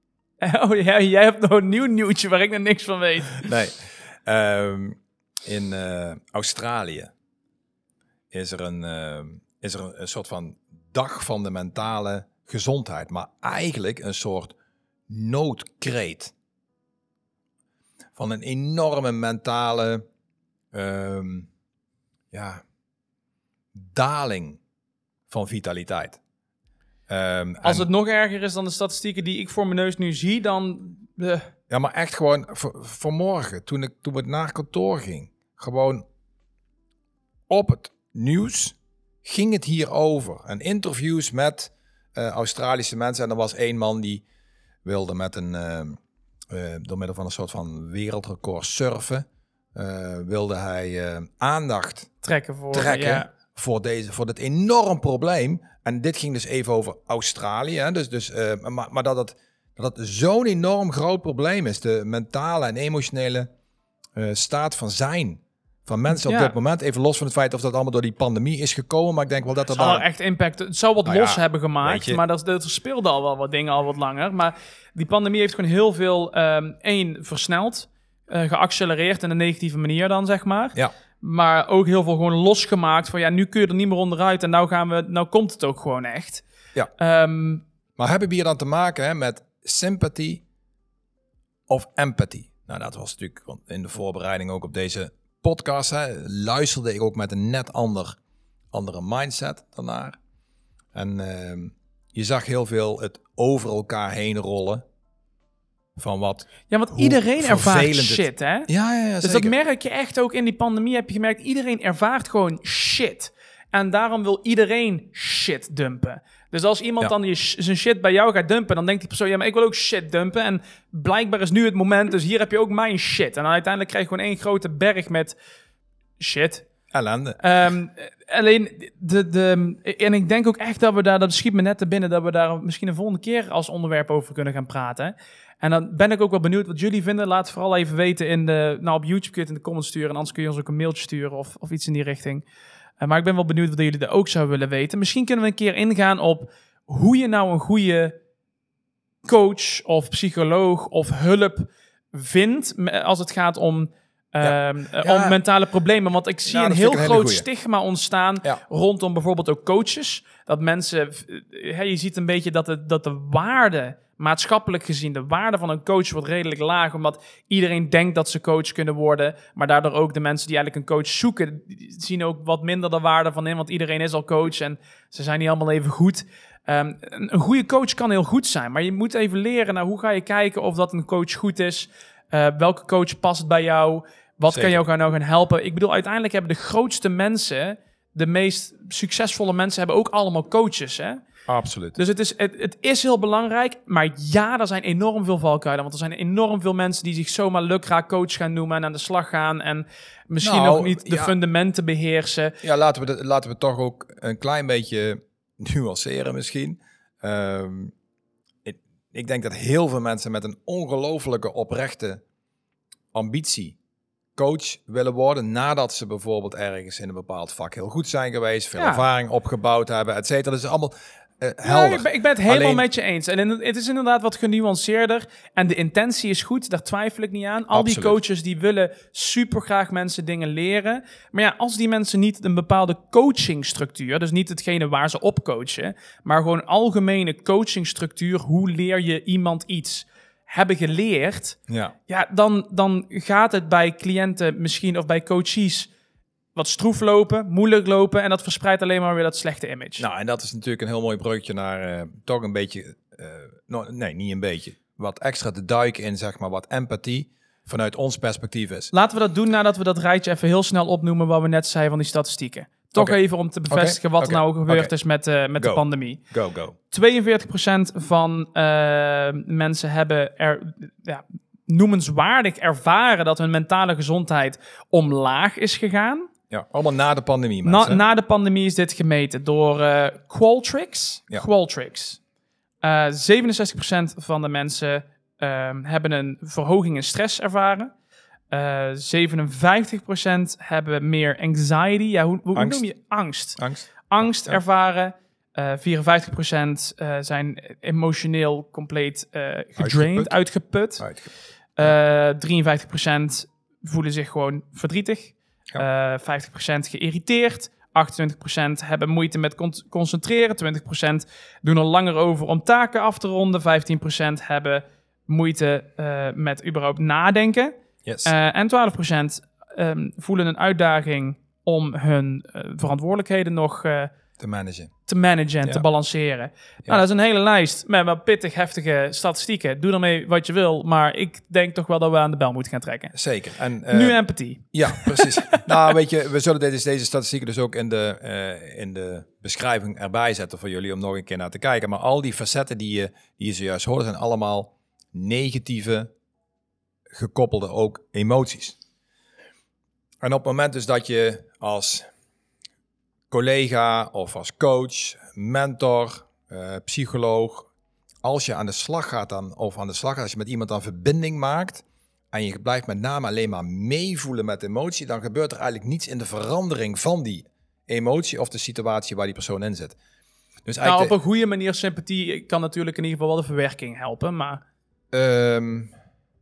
Oh ja, jij hebt nog een nieuw nieuwtje waar ik nog niks van weet. Nee. Um, in uh, Australië is er, een, uh, is er een, een soort van dag van de mentale gezondheid. Maar eigenlijk een soort noodkreet. Van een enorme mentale um, ja, daling van vitaliteit. Um, Als het nog erger is dan de statistieken die ik voor mijn neus nu zie, dan Uh. Ja, maar echt gewoon v- vanmorgen, toen ik toen het naar kantoor ging, gewoon op het nieuws ging het hierover. En interviews met uh, Australische mensen. En er was één man die wilde met een, uh, uh, door middel van een soort van wereldrecord surfen, uh, wilde hij uh, aandacht trekken voor, trekken ja. voor, deze, voor dit enorm probleem. En dit ging dus even over Australië. Hè? Dus, dus, uh, maar, maar dat het, dat het zo'n enorm groot probleem is, de mentale en emotionele uh, staat van zijn van mensen ja. op dit moment. Even los van het feit of dat allemaal door die pandemie is gekomen. Maar ik denk wel dat dat het zal daar... echt impact. Het zou wat nou los ja, hebben gemaakt. Maar dat, dat speelde al wel wat dingen al wat langer. Maar die pandemie heeft gewoon heel veel... Um, één, versneld. Uh, geaccelereerd in een negatieve manier dan, zeg maar. Ja. Maar ook heel veel gewoon losgemaakt. Van ja, nu kun je er niet meer onderuit. En nou, gaan we, nou komt het ook gewoon echt. Ja. Um, maar hebben we hier dan te maken hè, met sympathy of empathy? Nou, dat was natuurlijk in de voorbereiding ook op deze podcast. Hè, luisterde ik ook met een net ander, andere mindset daarnaar. En uh, je zag heel veel het over elkaar heen rollen. Van wat... Ja, want iedereen ervaart het... shit, hè? Ja, ja, ja, dus zeker. dat merk je echt ook in die pandemie. Heb je gemerkt, iedereen ervaart gewoon shit. En daarom wil iedereen shit dumpen. Dus als iemand ja. dan die sh- zijn shit bij jou gaat dumpen, dan denkt die persoon, ja, maar ik wil ook shit dumpen. En blijkbaar is nu het moment, dus hier heb je ook mijn shit. En dan uiteindelijk krijg je gewoon één grote berg met shit. Ellende. Um, alleen, de, de, en ik denk ook echt dat we daar, dat schiet me net te binnen, dat we daar misschien een volgende keer als onderwerp over kunnen gaan praten. En dan ben ik ook wel benieuwd wat jullie vinden. Laat vooral even weten in de, nou op YouTube kun je het in de comments sturen. En anders kun je ons ook een mailtje sturen of, of iets in die richting. Uh, maar ik ben wel benieuwd wat jullie er ook zouden willen weten. Misschien kunnen we een keer ingaan op hoe je nou een goede coach of psycholoog of hulp vindt als het gaat om, ja. uh, ja. om mentale problemen. Want ik zie ja, een heel een groot stigma ontstaan ja. rondom bijvoorbeeld ook coaches. Dat mensen, uh, je ziet een beetje dat de, dat de waarde, maatschappelijk gezien, de waarde van een coach wordt redelijk laag, omdat iedereen denkt dat ze coach kunnen worden, maar daardoor ook de mensen die eigenlijk een coach zoeken, die zien ook wat minder de waarde van in, want iedereen is al coach en ze zijn niet allemaal even goed. Um, een, een goede coach kan heel goed zijn, maar je moet even leren naar hoe ga je kijken of dat een coach goed is, uh, welke coach past bij jou, wat Zeker. kan jou nou gaan helpen. Ik bedoel, uiteindelijk hebben de grootste mensen, de meest succesvolle mensen, hebben ook allemaal coaches, hè? Absoluut. Dus het is, het, het is heel belangrijk, maar ja, er zijn enorm veel valkuilen. Want er zijn enorm veel mensen die zich zomaar lukraak coach gaan noemen en aan de slag gaan en misschien nou, nog niet de ja. fundamenten beheersen. Ja, laten we, de, laten we toch ook een klein beetje nuanceren misschien. Um, ik, ik denk dat heel veel mensen met een ongelofelijke oprechte ambitie coach willen worden nadat ze bijvoorbeeld ergens in een bepaald vak heel goed zijn geweest, veel ja. ervaring opgebouwd hebben, et cetera. Dus allemaal uh, helder. Ja, ik, ben, ik ben het helemaal Alleen... met je eens. En het is inderdaad wat genuanceerder en de intentie is goed, daar twijfel ik niet aan. Al Absoluut. die coaches die willen super graag mensen dingen leren. Maar ja, als die mensen niet een bepaalde coachingstructuur, dus niet hetgene waar ze op coachen, maar gewoon algemene coachingstructuur, hoe leer je iemand iets, hebben geleerd, ja, ja dan, dan gaat het bij cliënten misschien of bij coaches wat stroef lopen, moeilijk lopen en dat verspreidt alleen maar weer dat slechte image. Nou, en dat is natuurlijk een heel mooi breukje naar uh, toch een beetje, uh, no, nee, niet een beetje, wat extra te duiken in, zeg maar, wat empathie vanuit ons perspectief is. Laten we dat doen nadat we dat rijtje even heel snel opnoemen wat we net zeiden van die statistieken. Toch okay. even om te bevestigen okay. wat er okay. nou gebeurd okay. is met, uh, met de pandemie. Go, go. tweeënveertig procent van uh, mensen hebben er ja, noemenswaardig ervaren dat hun mentale gezondheid omlaag is gegaan. Ja, allemaal na de pandemie. Na, na de pandemie is dit gemeten door uh, Qualtrics. Ja. Qualtrics. Uh, zevenenzestig procent van de mensen uh, hebben een verhoging in stress ervaren. Uh, zevenenvijftig procent hebben meer anxiety. Ja, hoe, hoe noem je angst? Angst, Angst ja. ervaren. Uh, vierenvijftig procent uh, zijn emotioneel compleet uh, gedrained, uitgeput. uitgeput. uitgeput. Uh, drieënvijftig procent voelen zich gewoon verdrietig. Ja. Uh, vijftig procent geïrriteerd. achtentwintig procent hebben moeite met con- concentreren. twintig procent doen er langer over om taken af te ronden. vijftien procent hebben moeite uh, met überhaupt nadenken. Yes. Uh, en twaalf procent um, voelen een uitdaging om hun uh, verantwoordelijkheden nog uh, te managen. te managen en Ja. te balanceren. Ja. Nou, dat is een hele lijst met wel pittig heftige statistieken. Doe ermee wat je wil, maar ik denk toch wel dat we aan de bel moeten gaan trekken. Zeker. En, uh, Nu empathie. Ja, precies. Nou, weet je, we zullen deze, deze statistieken dus ook in de, uh, in de beschrijving erbij zetten voor jullie om nog een keer naar te kijken. Maar al die facetten die je, die je zojuist hoorde, zijn allemaal negatieve, gekoppelde ook emoties. En op het moment dus dat je als collega of als coach, mentor, uh, psycholoog, als je aan de slag gaat dan, of aan de slag gaat, als je met iemand een verbinding maakt en je blijft met name alleen maar meevoelen met emotie, dan gebeurt er eigenlijk niets in de verandering van die emotie of de situatie waar die persoon in zit. Dus Nou, op de, een goede manier sympathie kan natuurlijk in ieder geval wel de verwerking helpen, maar... Um,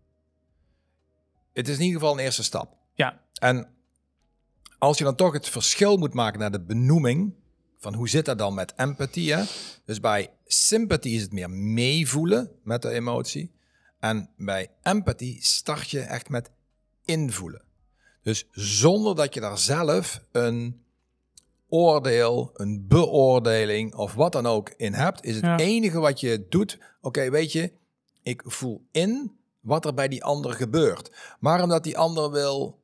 het is in ieder geval een eerste stap. Ja. En als je dan toch het verschil moet maken naar de benoeming van hoe zit dat dan met empathie. Hè? Dus bij sympathie is het meer meevoelen met de emotie. En bij empathie start je echt met invoelen. Dus zonder dat je daar zelf een oordeel, een beoordeling of wat dan ook in hebt, is het Ja. enige wat je doet. Oké, okay, weet je, ik voel in wat er bij die ander gebeurt. Maar omdat die ander wil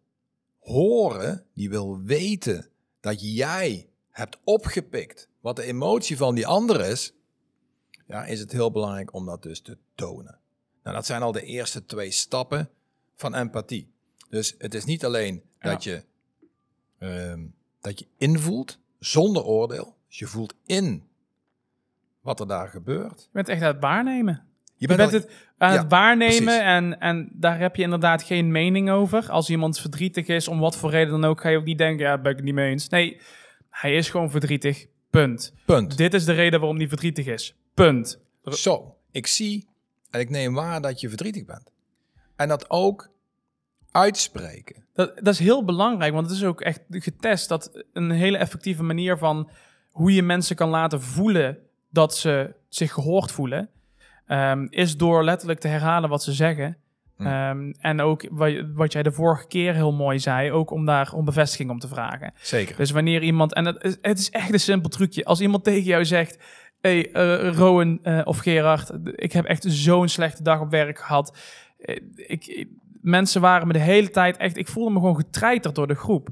horen, die wil weten dat jij hebt opgepikt wat de emotie van die ander is, ja, is het heel belangrijk om dat dus te tonen. Nou, dat zijn al de eerste twee stappen van empathie. Dus het is niet alleen Ja. dat je um, dat je invoelt zonder oordeel. Dus je voelt in wat er daar gebeurt. Je bent echt aan het waarnemen. Je Je bent, bent al, het aan ja, het waarnemen precies. en, en daar heb je inderdaad geen mening over. Als iemand verdrietig is, om wat voor reden dan ook, ga je ook niet denken, ja, ben ik het niet mee eens. Nee, hij is gewoon verdrietig. Punt. Punt. Dit is de reden waarom hij verdrietig is. Punt. Zo, ik zie en ik neem waar dat je verdrietig bent. En dat ook uitspreken. Dat, dat is heel belangrijk, want het is ook echt getest dat een hele effectieve manier van hoe je mensen kan laten voelen dat ze zich gehoord voelen, um, is door letterlijk te herhalen wat ze zeggen. Hm. Um, en ook wat, wat jij de vorige keer heel mooi zei, ook om daar om bevestiging om te vragen. Zeker. Dus wanneer iemand, en het is, het is echt een simpel trucje, als iemand tegen jou zegt, hey, uh, Rowan uh, of Gerard, ik heb echt zo'n slechte dag op werk gehad. Uh, ik, ik, mensen waren me de hele tijd echt, ik voelde me gewoon getreiterd door de groep.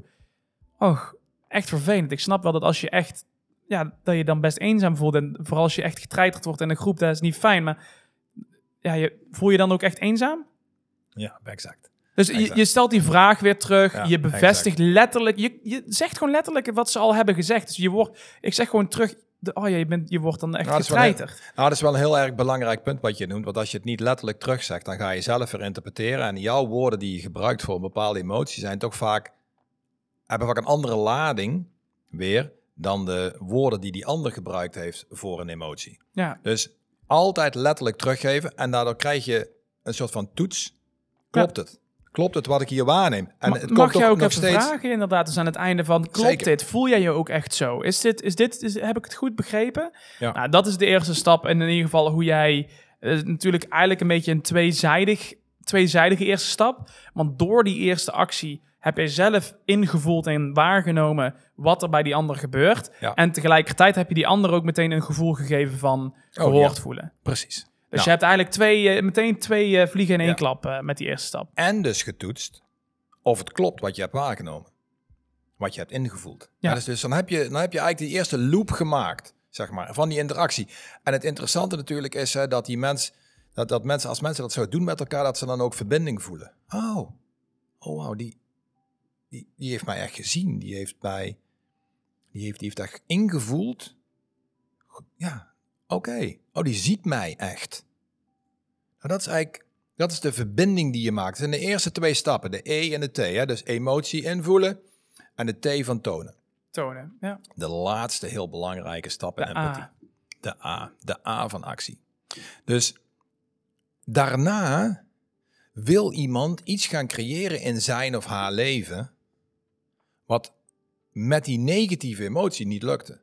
Och, echt vervelend. Ik snap wel dat als je echt, ja, dat je dan best eenzaam voelt. En vooral als je echt getreiterd wordt in een groep, dat is niet fijn. Maar ja, je, voel je dan ook echt eenzaam? Ja, exact. Dus exact. Je, je stelt die vraag weer terug, Ja, je bevestigt exact. letterlijk, je, je zegt gewoon letterlijk wat ze al hebben gezegd. Dus je wordt, ik zeg gewoon terug, de, oh ja, je, bent, je wordt dan echt nou, getreiterd. Dat nou, dat is wel een heel erg belangrijk punt wat je noemt. Want als je het niet letterlijk terugzegt, dan ga je zelf weer interpreteren. En jouw woorden die je gebruikt voor een bepaalde emotie zijn toch vaak, hebben vaak een andere lading weer dan de woorden die die ander gebruikt heeft voor een emotie. Ja. Dus altijd letterlijk teruggeven en daardoor krijg je een soort van toets. Klopt ja. het? Klopt het wat ik hier waarneem? En Ma- het mag komt jij ook ook nog even steeds vragen inderdaad, dus aan het einde van, klopt Zeker. dit? Voel jij je ook echt zo? Is dit, is dit is, heb ik het goed begrepen? Ja. Nou, dat is de eerste stap en in ieder geval hoe jij, uh, natuurlijk eigenlijk een beetje een tweezijdig, tweezijdige eerste stap, want door die eerste actie heb je zelf ingevoeld en waargenomen wat er bij die ander gebeurt. Ja. En tegelijkertijd heb je die ander ook meteen een gevoel gegeven van gehoord oh, ja. voelen. Precies. Dus ja. je hebt eigenlijk twee, uh, meteen twee uh, vliegen in één ja. klap uh, met die eerste stap. En dus getoetst of het klopt wat je hebt waargenomen. Wat je hebt ingevoeld. Ja. Ja, dus, dus dan, heb je, dan heb je eigenlijk die eerste loop gemaakt, zeg maar, van die interactie. En het interessante natuurlijk is hè, dat die mens, dat, dat mensen, als mensen dat zo doen met elkaar, dat ze dan ook verbinding voelen. Oh, oh wow, die, die, die heeft mij echt gezien. Die heeft mij, die heeft, die heeft echt ingevoeld. Ja, oké. Okay. Oh, die ziet mij echt. Nou, dat is eigenlijk, dat is de verbinding die je maakt. Dat zijn de eerste twee stappen, de E en de T. Hè? Dus emotie invoelen en de T van tonen. Tonen, ja. De laatste heel belangrijke stap in De empathie. A. De A. De A van actie. Dus daarna wil iemand iets gaan creëren in zijn of haar leven wat met die negatieve emotie niet lukte.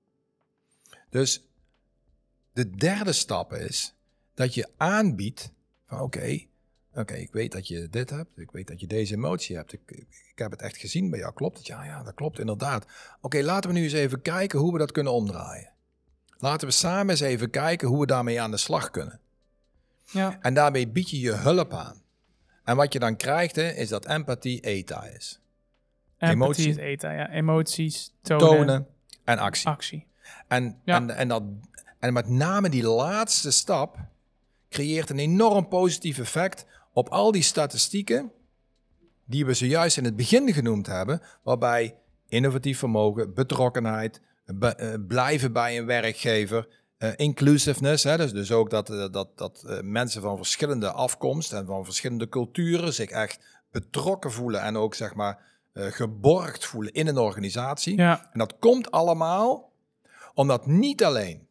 Dus de derde stap is dat je aanbiedt van oké, okay, Oké, okay, ik weet dat je dit hebt. Ik weet dat je deze emotie hebt. Ik, ik heb het echt gezien bij jou. Klopt het? Ja, ja, dat klopt inderdaad. Oké, okay, laten we nu eens even kijken hoe we dat kunnen omdraaien. Laten we samen eens even kijken hoe we daarmee aan de slag kunnen. Ja. En daarmee bied je je hulp aan. En wat je dan krijgt, hè, is dat empathie ETA is. Empathie Emotie. is ETA, ja. Emoties, tonen, Tonen en actie. actie. En, Ja. en, en, dat, en met name die laatste stap creëert een enorm positief effect op al die statistieken die we zojuist in het begin genoemd hebben, waarbij innovatief vermogen, betrokkenheid, be, uh, blijven bij een werkgever, uh, inclusiveness, hè, dus, dus ook dat, uh, dat, dat uh, mensen van verschillende afkomst en van verschillende culturen zich echt betrokken voelen en ook zeg maar uh, geborgd voelen in een organisatie. Ja. En dat komt allemaal omdat niet alleen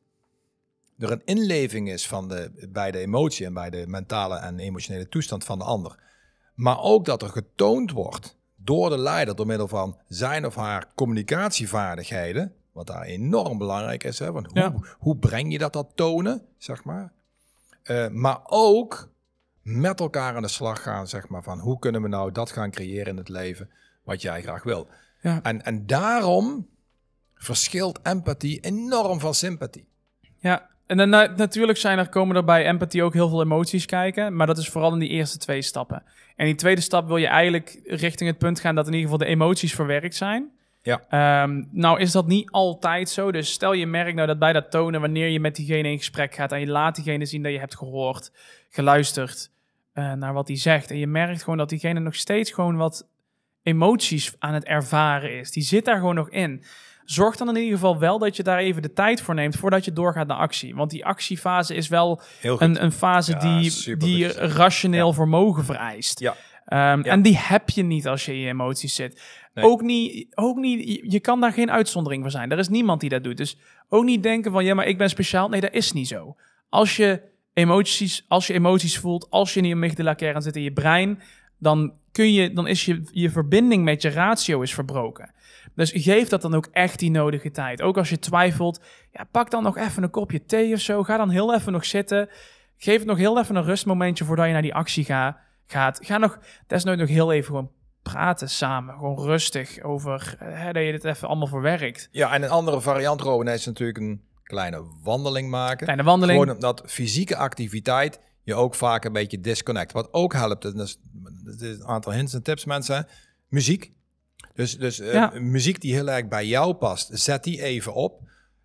er een inleving is van de, bij de emotie en bij de mentale en emotionele toestand van de ander, maar ook dat er getoond wordt door de leider door middel van zijn of haar communicatievaardigheden, wat daar enorm belangrijk is. Hè? Want hoe, Ja. hoe breng je dat, dat tonen, zeg maar. Uh, maar ook met elkaar aan de slag gaan, zeg maar, van hoe kunnen we nou dat gaan creëren in het leven wat jij graag wil. Ja. En, en daarom verschilt empathie enorm van sympathie. Ja, en dan na- natuurlijk zijn er, komen er bij empathie ook heel veel emoties kijken, maar dat is vooral in die eerste twee stappen. En die tweede stap wil je eigenlijk richting het punt gaan dat in ieder geval de emoties verwerkt zijn. Ja. Um, nou is dat niet altijd zo, dus stel je merkt nou dat bij dat tonen, wanneer je met diegene in gesprek gaat en je laat diegene zien dat je hebt gehoord, geluisterd uh, naar wat hij zegt en je merkt gewoon dat diegene nog steeds gewoon wat emoties aan het ervaren is. Die zit daar gewoon nog in. Zorg dan in ieder geval wel dat je daar even de tijd voor neemt voordat je doorgaat naar actie. Want die actiefase is wel een, een fase ja, die, die rationeel ja. vermogen vereist. Ja. Um, ja. En die heb je niet als je in je emoties zit. Nee. Ook, niet, ook niet, je kan daar geen uitzondering voor zijn. Er is niemand die dat doet. Dus ook niet denken van, ja, maar ik ben speciaal. Nee, dat is niet zo. Als je emoties, als je emoties voelt, als je in je amygdala-kern zit in je brein, dan, kun je, dan is je, je verbinding met je ratio is verbroken. Dus geef dat dan ook echt die nodige tijd. Ook als je twijfelt, ja, pak dan nog even een kopje thee of zo. Ga dan heel even nog zitten. Geef het nog heel even een rustmomentje voordat je naar die actie ga, gaat. Ga nog desnoods nog heel even gewoon praten samen. Gewoon rustig over hè, dat je dit even allemaal verwerkt. Ja, en een andere variant, Rowan, is natuurlijk een kleine wandeling maken. Kleine wandeling. Gewoon omdat fysieke activiteit je ook vaak een beetje disconnect. Wat ook helpt, dat is, dat is een aantal hints en tips, mensen. Muziek. Dus, dus uh, ja. muziek die heel erg bij jou past, zet die even op.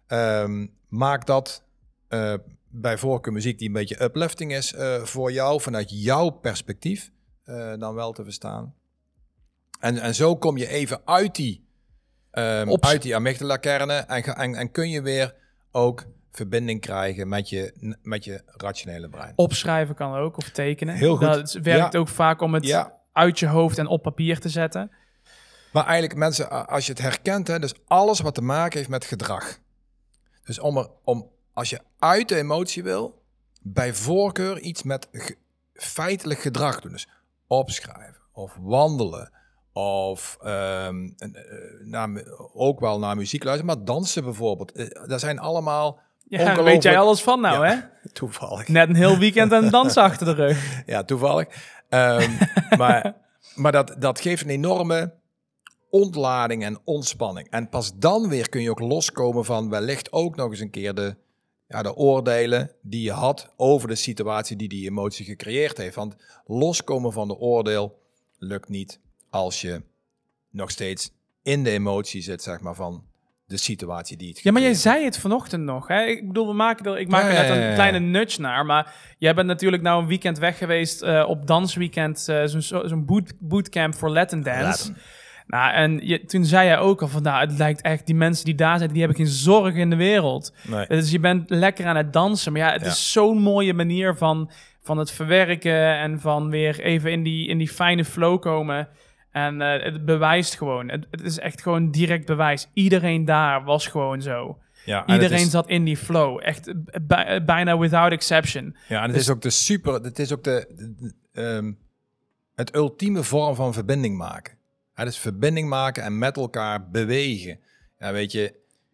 Um, maak dat uh, bij voorkeur muziek die een beetje uplifting is uh, voor jou, vanuit jouw perspectief uh, dan wel te verstaan. En, en zo kom je even uit die, um, uit die amygdala-kernen en, en, en kun je weer ook verbinding krijgen met je, met je rationele brein. Opschrijven kan ook, of tekenen. Heel goed. Dat werkt ja. ook vaak om het ja. uit je hoofd en op papier te zetten. Maar eigenlijk mensen, als je het herkent, hè, dus alles wat te maken heeft met gedrag. Dus om, er, om als je uit de emotie wil, bij voorkeur iets met ge, feitelijk gedrag doen. Dus opschrijven of wandelen of um, uh, naar, ook wel naar muziek luisteren, maar dansen bijvoorbeeld. Uh, dat zijn allemaal ja, ongelooflijk... weet jij alles van nou, ja, hè? Toevallig. Net een heel weekend aan dansen achter de rug. Ja, toevallig. Um, maar maar dat, dat geeft een enorme ontlading en ontspanning. En pas dan weer kun je ook loskomen van wellicht ook nog eens een keer de, ja, de oordelen die je had over de situatie die die emotie gecreëerd heeft. Want loskomen van de oordeel lukt niet als je nog steeds in de emotie zit, zeg maar, van de situatie die het Ja, maar jij heeft. zei het vanochtend nog. Hè? Ik bedoel, we maken er, ik maak ja, er net ja, ja, een ja. kleine nudge naar. Maar jij bent natuurlijk nou een weekend weg geweest uh, op dansweekend. Uh, zo'n zo'n boot, bootcamp voor Latin dance. Latin. Nou, en je, toen zei jij ook al van, nou, het lijkt echt, die mensen die daar zijn, die hebben geen zorgen in de wereld. Nee. Dus je bent lekker aan het dansen. Maar ja, het ja. is zo'n mooie manier van, van het verwerken en van weer even in die, in die fijne flow komen. En uh, het bewijst gewoon. Het, het is echt gewoon direct bewijs. Iedereen daar was gewoon zo. Ja, Iedereen is, zat in die flow. Echt bij, bijna without exception. Ja, en het dus, is ook de super, het is ook de, de, de um, het ultieme vorm van verbinding maken. Ja, dus verbinding maken en met elkaar bewegen. Ja, weet je,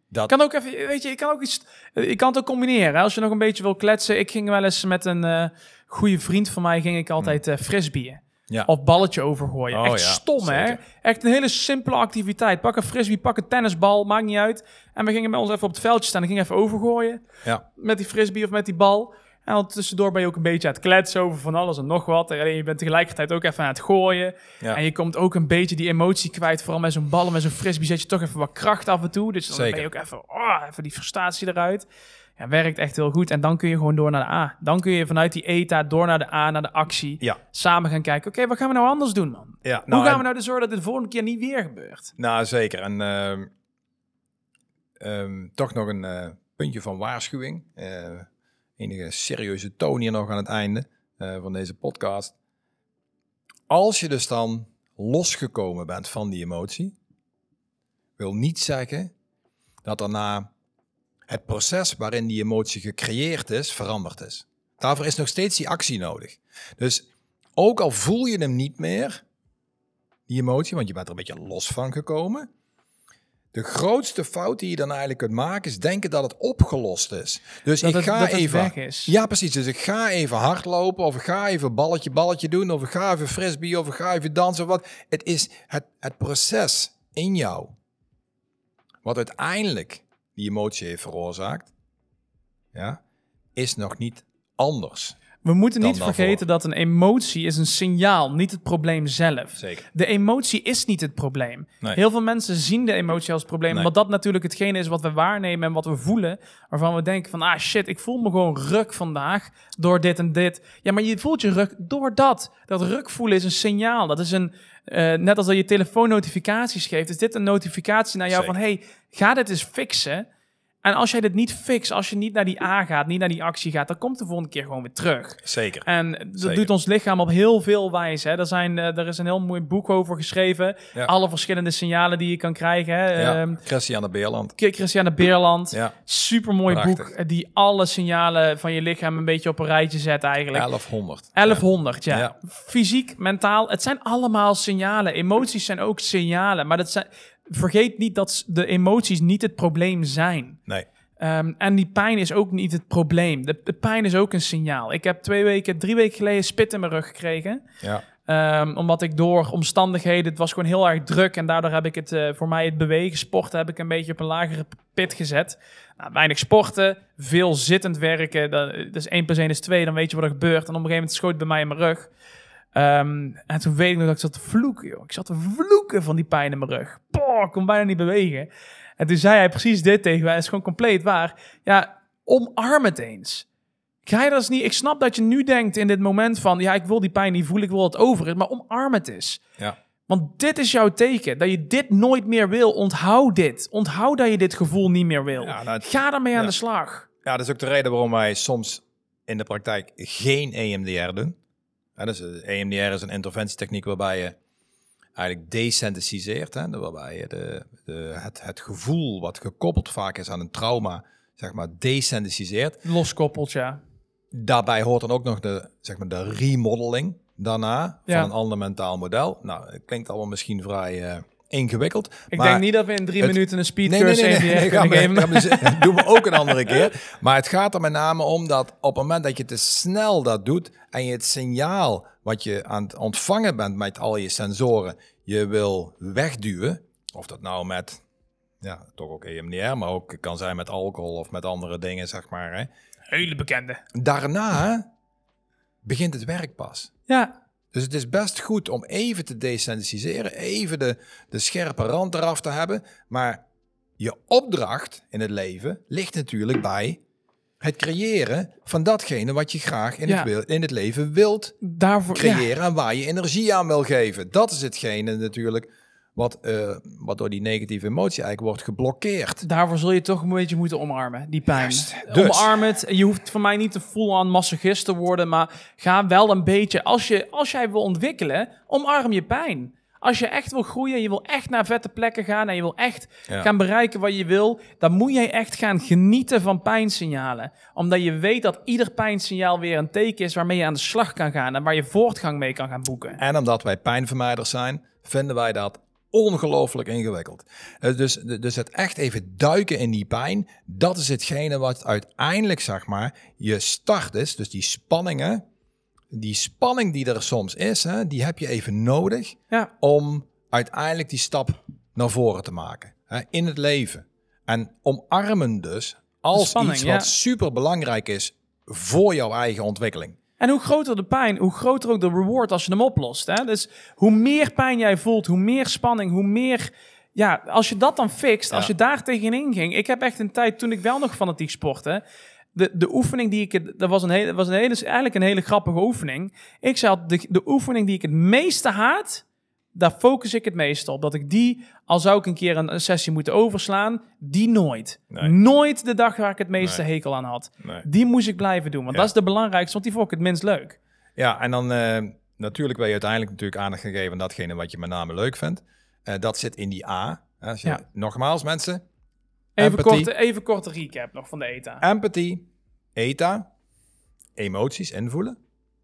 Dat... kan ook even, weet je, ik kan ook iets, ik kan het ook combineren. Hè? Als je nog een beetje wil kletsen. Ik ging wel eens met een uh, goede vriend van mij, ging ik altijd uh, frisbeeën. Ja. Of balletje overgooien. Oh, Echt ja, stom, zeker. hè? Echt een hele simpele activiteit. Pak een frisbee, pak een tennisbal, maakt niet uit. En we gingen bij ons even op het veldje staan en gingen even overgooien. Ja. Met die frisbee of met die bal. En tussendoor ben je ook een beetje aan het kletsen over van alles en nog wat. En je bent tegelijkertijd ook even aan het gooien. Ja. En je komt ook een beetje die emotie kwijt. Vooral met zo'n bal en met zo'n frisbee zet je toch even wat kracht af en toe. Dus dan Zeker. ben je ook even, oh, even die frustratie eruit. Ja, werkt echt heel goed. En dan kun je gewoon door naar de A. Dan kun je vanuit die eta door naar de A, naar de actie. Ja. Samen gaan kijken, oké, okay, wat gaan we nou anders doen, man? Ja, Hoe nou, gaan en... we nou dus zorgen dat dit de volgende keer niet weer gebeurt? Nou, zeker. En uh, um, toch nog een uh, puntje van waarschuwing. Uh, enige serieuze toon hier nog aan het einde uh, van deze podcast. Als je dus dan losgekomen bent van die emotie, wil niet zeggen dat daarna het proces waarin die emotie gecreëerd is, veranderd is. Daarvoor is nog steeds die actie nodig. Dus ook al voel je hem niet meer, die emotie, want je bent er een beetje los van gekomen. De grootste fout die je dan eigenlijk kunt maken is denken dat het opgelost is. Dus dat ik het, ga dat het even. weg is. Ja, precies. Dus ik ga even hardlopen, of ik ga even balletje, balletje doen, of ik ga even frisbee, of ik ga even dansen. Of wat. Het is het, het proces in jou wat uiteindelijk die emotie heeft veroorzaakt, ja, is nog niet anders. We moeten niet daarvoor. vergeten dat een emotie is een signaal, niet het probleem zelf. Zeker. De emotie is niet het probleem. Nee. Heel veel mensen zien de emotie als probleem, Nee. omdat dat natuurlijk hetgene is wat we waarnemen en wat we voelen, waarvan we denken van, ah shit, ik voel me gewoon ruk vandaag door dit en dit. Ja, maar je voelt je ruk door dat. Dat ruk voelen is een signaal. Dat is een, uh, net als dat je telefoon notificaties geeft, is dit een notificatie naar jou. Zeker. Van, hey, ga dit eens fixen. En als jij dit niet fixt, als je niet naar die A gaat, niet naar die actie gaat, dan komt de volgende keer gewoon weer terug. Zeker. En dat Zeker. doet ons lichaam op heel veel wijze. Hè. Er, zijn, uh, er is een heel mooi boek over geschreven. Ja. Alle verschillende signalen die je kan krijgen. Hè. Ja. Um, Christiane Beerland. Christiane Beerland. Ja. Supermooi Prachtig. boek. Die alle signalen van je lichaam een beetje op een rijtje zet eigenlijk. elfhonderd. elfhonderd, ja. ja. Fysiek, mentaal. Het zijn allemaal signalen. Emoties zijn ook signalen. Maar dat zijn, vergeet niet dat de emoties niet het probleem zijn. Nee. Um, en die pijn is ook niet het probleem. De, de pijn is ook een signaal. Ik heb twee weken, drie weken geleden spit in mijn rug gekregen. Ja. Um, omdat ik door omstandigheden, het was gewoon heel erg druk. En daardoor heb ik het, uh, voor mij het bewegen, sporten, heb ik een beetje op een lagere pit gezet. Nou, weinig sporten, veel zittend werken. Dat, dus één plus één is twee, dan weet je wat er gebeurt. En op een gegeven moment schoot het bij mij in mijn rug. Um, en toen weet ik nog dat ik zat te vloeken, joh. Ik zat te vloeken van die pijn in mijn rug. Poh, ik kon bijna niet bewegen. En toen zei hij precies dit tegen mij. Het is gewoon compleet waar. Ja, omarm het eens. Ga je dat eens niet... Ik snap dat je nu denkt in dit moment van... Ja, ik wil die pijn niet voelen, ik wil het over. Maar omarm het eens. Ja. Want dit is jouw teken. Dat je dit nooit meer wil. Onthoud dit. Onthoud dat je dit gevoel niet meer wil. Ja, nou, Ga daarmee ja. aan de slag. Ja, dat is ook de reden waarom wij soms in de praktijk geen E M D R doen. Ja, dus E M D R is een interventietechniek waarbij je eigenlijk desensitiseert, hè, waarbij je de, de, het, het gevoel wat gekoppeld vaak is aan een trauma, zeg maar, desensitiseert. Loskoppelt, ja. Daarbij hoort dan ook nog de, zeg maar, de remodeling daarna ja. van een ander mentaal model. Nou, het klinkt allemaal misschien vrij uh, ingewikkeld. Ik maar denk niet dat we in drie het, minuten een speedcursus nee, nee, nee, nee, nee, nee, nee, nee, dat doen we ook een andere keer. Maar het gaat er met name om dat op het moment dat je te snel dat doet en je het signaal wat je aan het ontvangen bent met al je sensoren, je wil wegduwen, of dat nou met, ja, toch ook E M D R, maar ook kan zijn met alcohol of met andere dingen, zeg maar. Hè. Hele bekende. Daarna begint het werk pas. Ja. Dus het is best goed om even te desensitisen, even de, de scherpe rand eraf te hebben. Maar je opdracht in het leven ligt natuurlijk bij het creëren van datgene wat je graag in, ja. het, in het leven wilt Daarvoor, creëren ja. en waar je energie aan wil geven. Dat is hetgene natuurlijk wat, uh, wat door die negatieve emotie eigenlijk wordt geblokkeerd. Daarvoor zul je toch een beetje moeten omarmen, die pijn. Juist, dus. Omarm het. Je hoeft voor mij niet te full-on masochist te worden, maar ga wel een beetje... Als, je, als jij wil ontwikkelen, omarm je pijn. Als je echt wil groeien, je wil echt naar vette plekken gaan en je wil echt ja. gaan bereiken wat je wil, dan moet jij echt gaan genieten van pijnsignalen. Omdat je weet dat ieder pijnsignaal weer een teken is waarmee je aan de slag kan gaan en waar je voortgang mee kan gaan boeken. En omdat wij pijnvermijders zijn, vinden wij dat ongelooflijk ingewikkeld. Uh, dus, dus het echt even duiken in die pijn, dat is hetgene wat uiteindelijk, zeg maar, je start is. Dus die spanningen, die spanning die er soms is, hè, die heb je even nodig ja. om uiteindelijk die stap naar voren te maken. Hè, in het leven. En omarmen dus als spanning, iets wat ja. super belangrijk is voor jouw eigen ontwikkeling. En hoe groter de pijn, hoe groter ook de reward als je hem oplost. Hè? Dus hoe meer pijn jij voelt, hoe meer spanning, hoe meer... Ja, als je dat dan fixt, ja. als je daar tegenin ging... Ik heb echt een tijd, toen ik wel nog fanatiek sportte... De, de oefening die ik... Dat was, een hele, was een hele, eigenlijk een hele grappige oefening. Ik zei altijd, de, de oefening die ik het meeste haat... Daar focus ik het meest op. Dat ik die, al zou ik een keer een, een sessie moeten overslaan... Die nooit. Nee. Nooit de dag waar ik het meeste nee. hekel aan had. Nee. Die moest ik blijven doen. Want ja. dat is de belangrijkste, want die vond ik het minst leuk. Ja, en dan uh, natuurlijk wil je uiteindelijk natuurlijk aandacht gaan geven... aan datgene wat je met name leuk vindt. Uh, dat zit in die A. Als je, ja. Nogmaals, mensen. Even korte, even korte recap nog van de E T A. Empathie, E T A, emoties invoelen.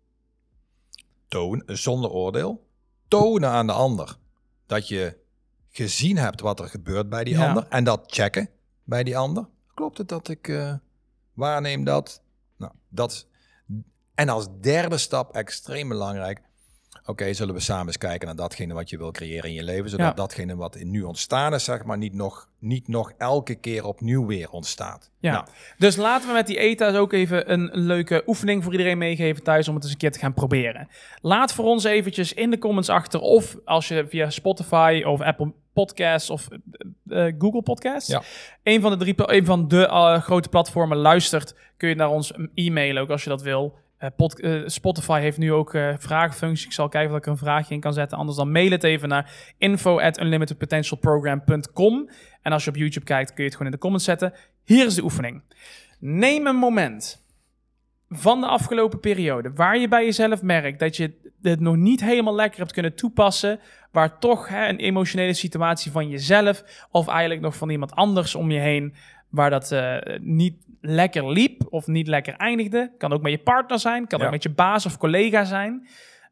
Toon, zonder oordeel. Tonen aan de ander dat je gezien hebt wat er gebeurt bij die ja. ander. En dat checken bij die ander. Klopt het dat ik uh, waarneem dat? Nou, dat is... En als derde stap, extreem belangrijk... Oké, okay, zullen we samen eens kijken naar datgene wat je wil creëren in je leven. Zodat ja. datgene wat in nu ontstaan is, zeg maar, niet nog, niet nog elke keer opnieuw weer ontstaat. Ja, nou. Dus laten we met die E T A's ook even een leuke oefening voor iedereen meegeven thuis om het eens een keer te gaan proberen. Laat voor ons eventjes in de comments achter of als je via Spotify of Apple Podcasts of uh, Google Podcasts, ja. een van de drie, een van de uh, grote platformen luistert, kun je naar ons e-mailen ook als je dat wil. Uh, pod, uh, Spotify heeft nu ook uh, vragenfunctie. Ik zal kijken of ik er een vraagje in kan zetten. Anders dan mail het even naar info at unlimited potential program dot com. En als je op YouTube kijkt, kun je het gewoon in de comments zetten. Hier is de oefening. Neem een moment van de afgelopen periode waar je bij jezelf merkt dat je het nog niet helemaal lekker hebt kunnen toepassen, waar toch hè, een emotionele situatie van jezelf of eigenlijk nog van iemand anders om je heen, waar dat uh, niet lekker liep of niet lekker eindigde. Kan ook met je partner zijn, kan ja. ook met je baas of collega zijn.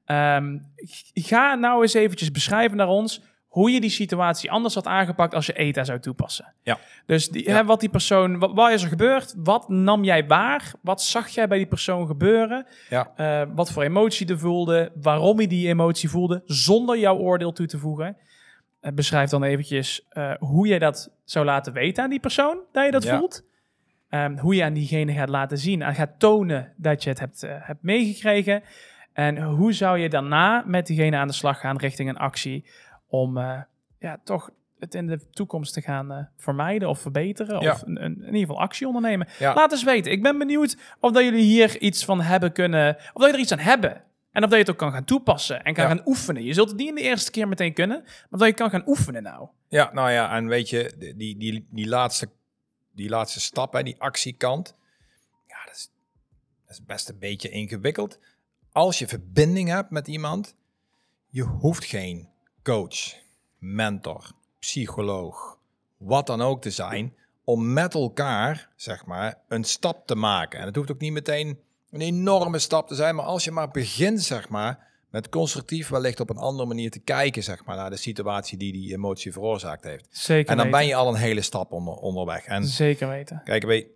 Um, ga nou eens eventjes beschrijven naar ons hoe je die situatie anders had aangepakt als je E T A zou toepassen. Ja. Dus die, ja. hè, wat die persoon, wat, wat is er gebeurd? Wat nam jij waar? Wat zag jij bij die persoon gebeuren? Ja. Uh, wat voor emotie je voelde? Waarom je die emotie voelde? Zonder jouw oordeel toe te voegen. Uh, beschrijf dan eventjes uh, hoe je dat zou laten weten aan die persoon, dat je dat ja. voelt. Um, hoe je aan diegene gaat laten zien en gaat tonen dat je het hebt, uh, hebt meegekregen. En hoe zou je daarna met diegene aan de slag gaan richting een actie om uh, ja, toch het in de toekomst te gaan uh, vermijden of verbeteren. Ja. Of een, een, in ieder geval actie ondernemen. Ja. Laat eens weten. Ik ben benieuwd of dat jullie hier iets van hebben kunnen, of dat je er iets aan hebben. En of dat je het ook kan gaan toepassen en kan ja. gaan oefenen. Je zult het niet in de eerste keer meteen kunnen, maar dat je kan gaan oefenen nou. Ja, nou ja, en weet je, die, die, die laatste Die laatste stap, hè, die actiekant, ja, dat is, dat is best een beetje ingewikkeld. Als je verbinding hebt met iemand, je hoeft geen coach, mentor, psycholoog, wat dan ook te zijn, om met elkaar, zeg maar, een stap te maken. En het hoeft ook niet meteen een enorme stap te zijn, maar als je maar begint, zeg maar, met constructief wellicht op een andere manier te kijken, zeg maar, naar de situatie die die emotie veroorzaakt heeft. Zeker en dan weten. ben je al een hele stap onder, onderweg. En zeker weten. Kijk, wij,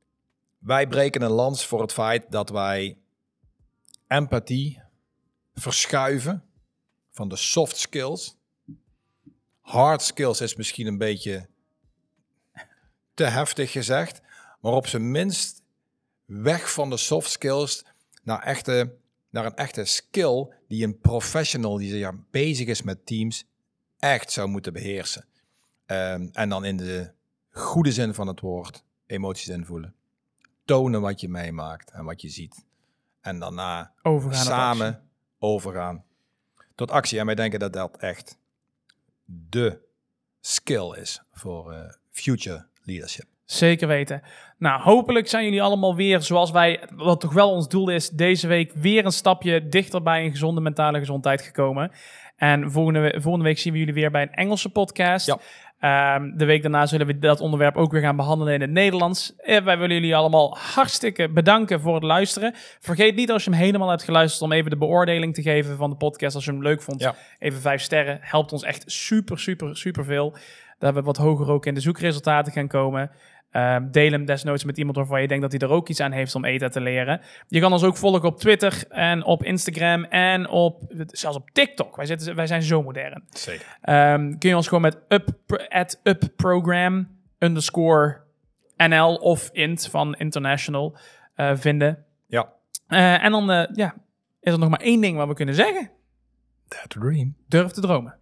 wij breken een lans voor het feit dat wij empathie verschuiven van de soft skills. Hard skills is misschien een beetje te heftig gezegd, maar op zijn minst weg van de soft skills naar echte... naar een echte skill die een professional die ja, bezig is met teams echt zou moeten beheersen. Um, en dan in de goede zin van het woord emoties invoelen. Tonen wat je meemaakt en wat je ziet. En daarna overgaan samen overgaan tot actie. En wij denken dat dat echt de skill is voor uh, future leadership. Zeker weten. Nou, hopelijk zijn jullie allemaal weer, zoals wij, wat toch wel ons doel is, deze week weer een stapje dichter bij een gezonde mentale gezondheid gekomen. En volgende, volgende week zien we jullie weer bij een Engelse podcast. Ja. Um, de week daarna zullen we dat onderwerp ook weer gaan behandelen in het Nederlands. En wij willen jullie allemaal hartstikke bedanken voor het luisteren. Vergeet niet als je hem helemaal hebt geluisterd om even de beoordeling te geven van de podcast. Als je hem leuk vond, ja. even vijf sterren. Helpt ons echt super, super, super veel. Dat we wat hoger ook in de zoekresultaten gaan komen. Um, deel hem desnoods met iemand waarvan je denkt dat hij er ook iets aan heeft om E T H te leren. Je kan ons ook volgen op Twitter en op Instagram en op, zelfs op TikTok. Wij, zitten, wij zijn zo modern. Zeker. Um, kun je ons gewoon met up, at upprogram underscore N L of int van international uh, vinden. Ja. Uh, en dan uh, ja, is er nog maar één ding wat we kunnen zeggen. Dare to dream. Durf te dromen.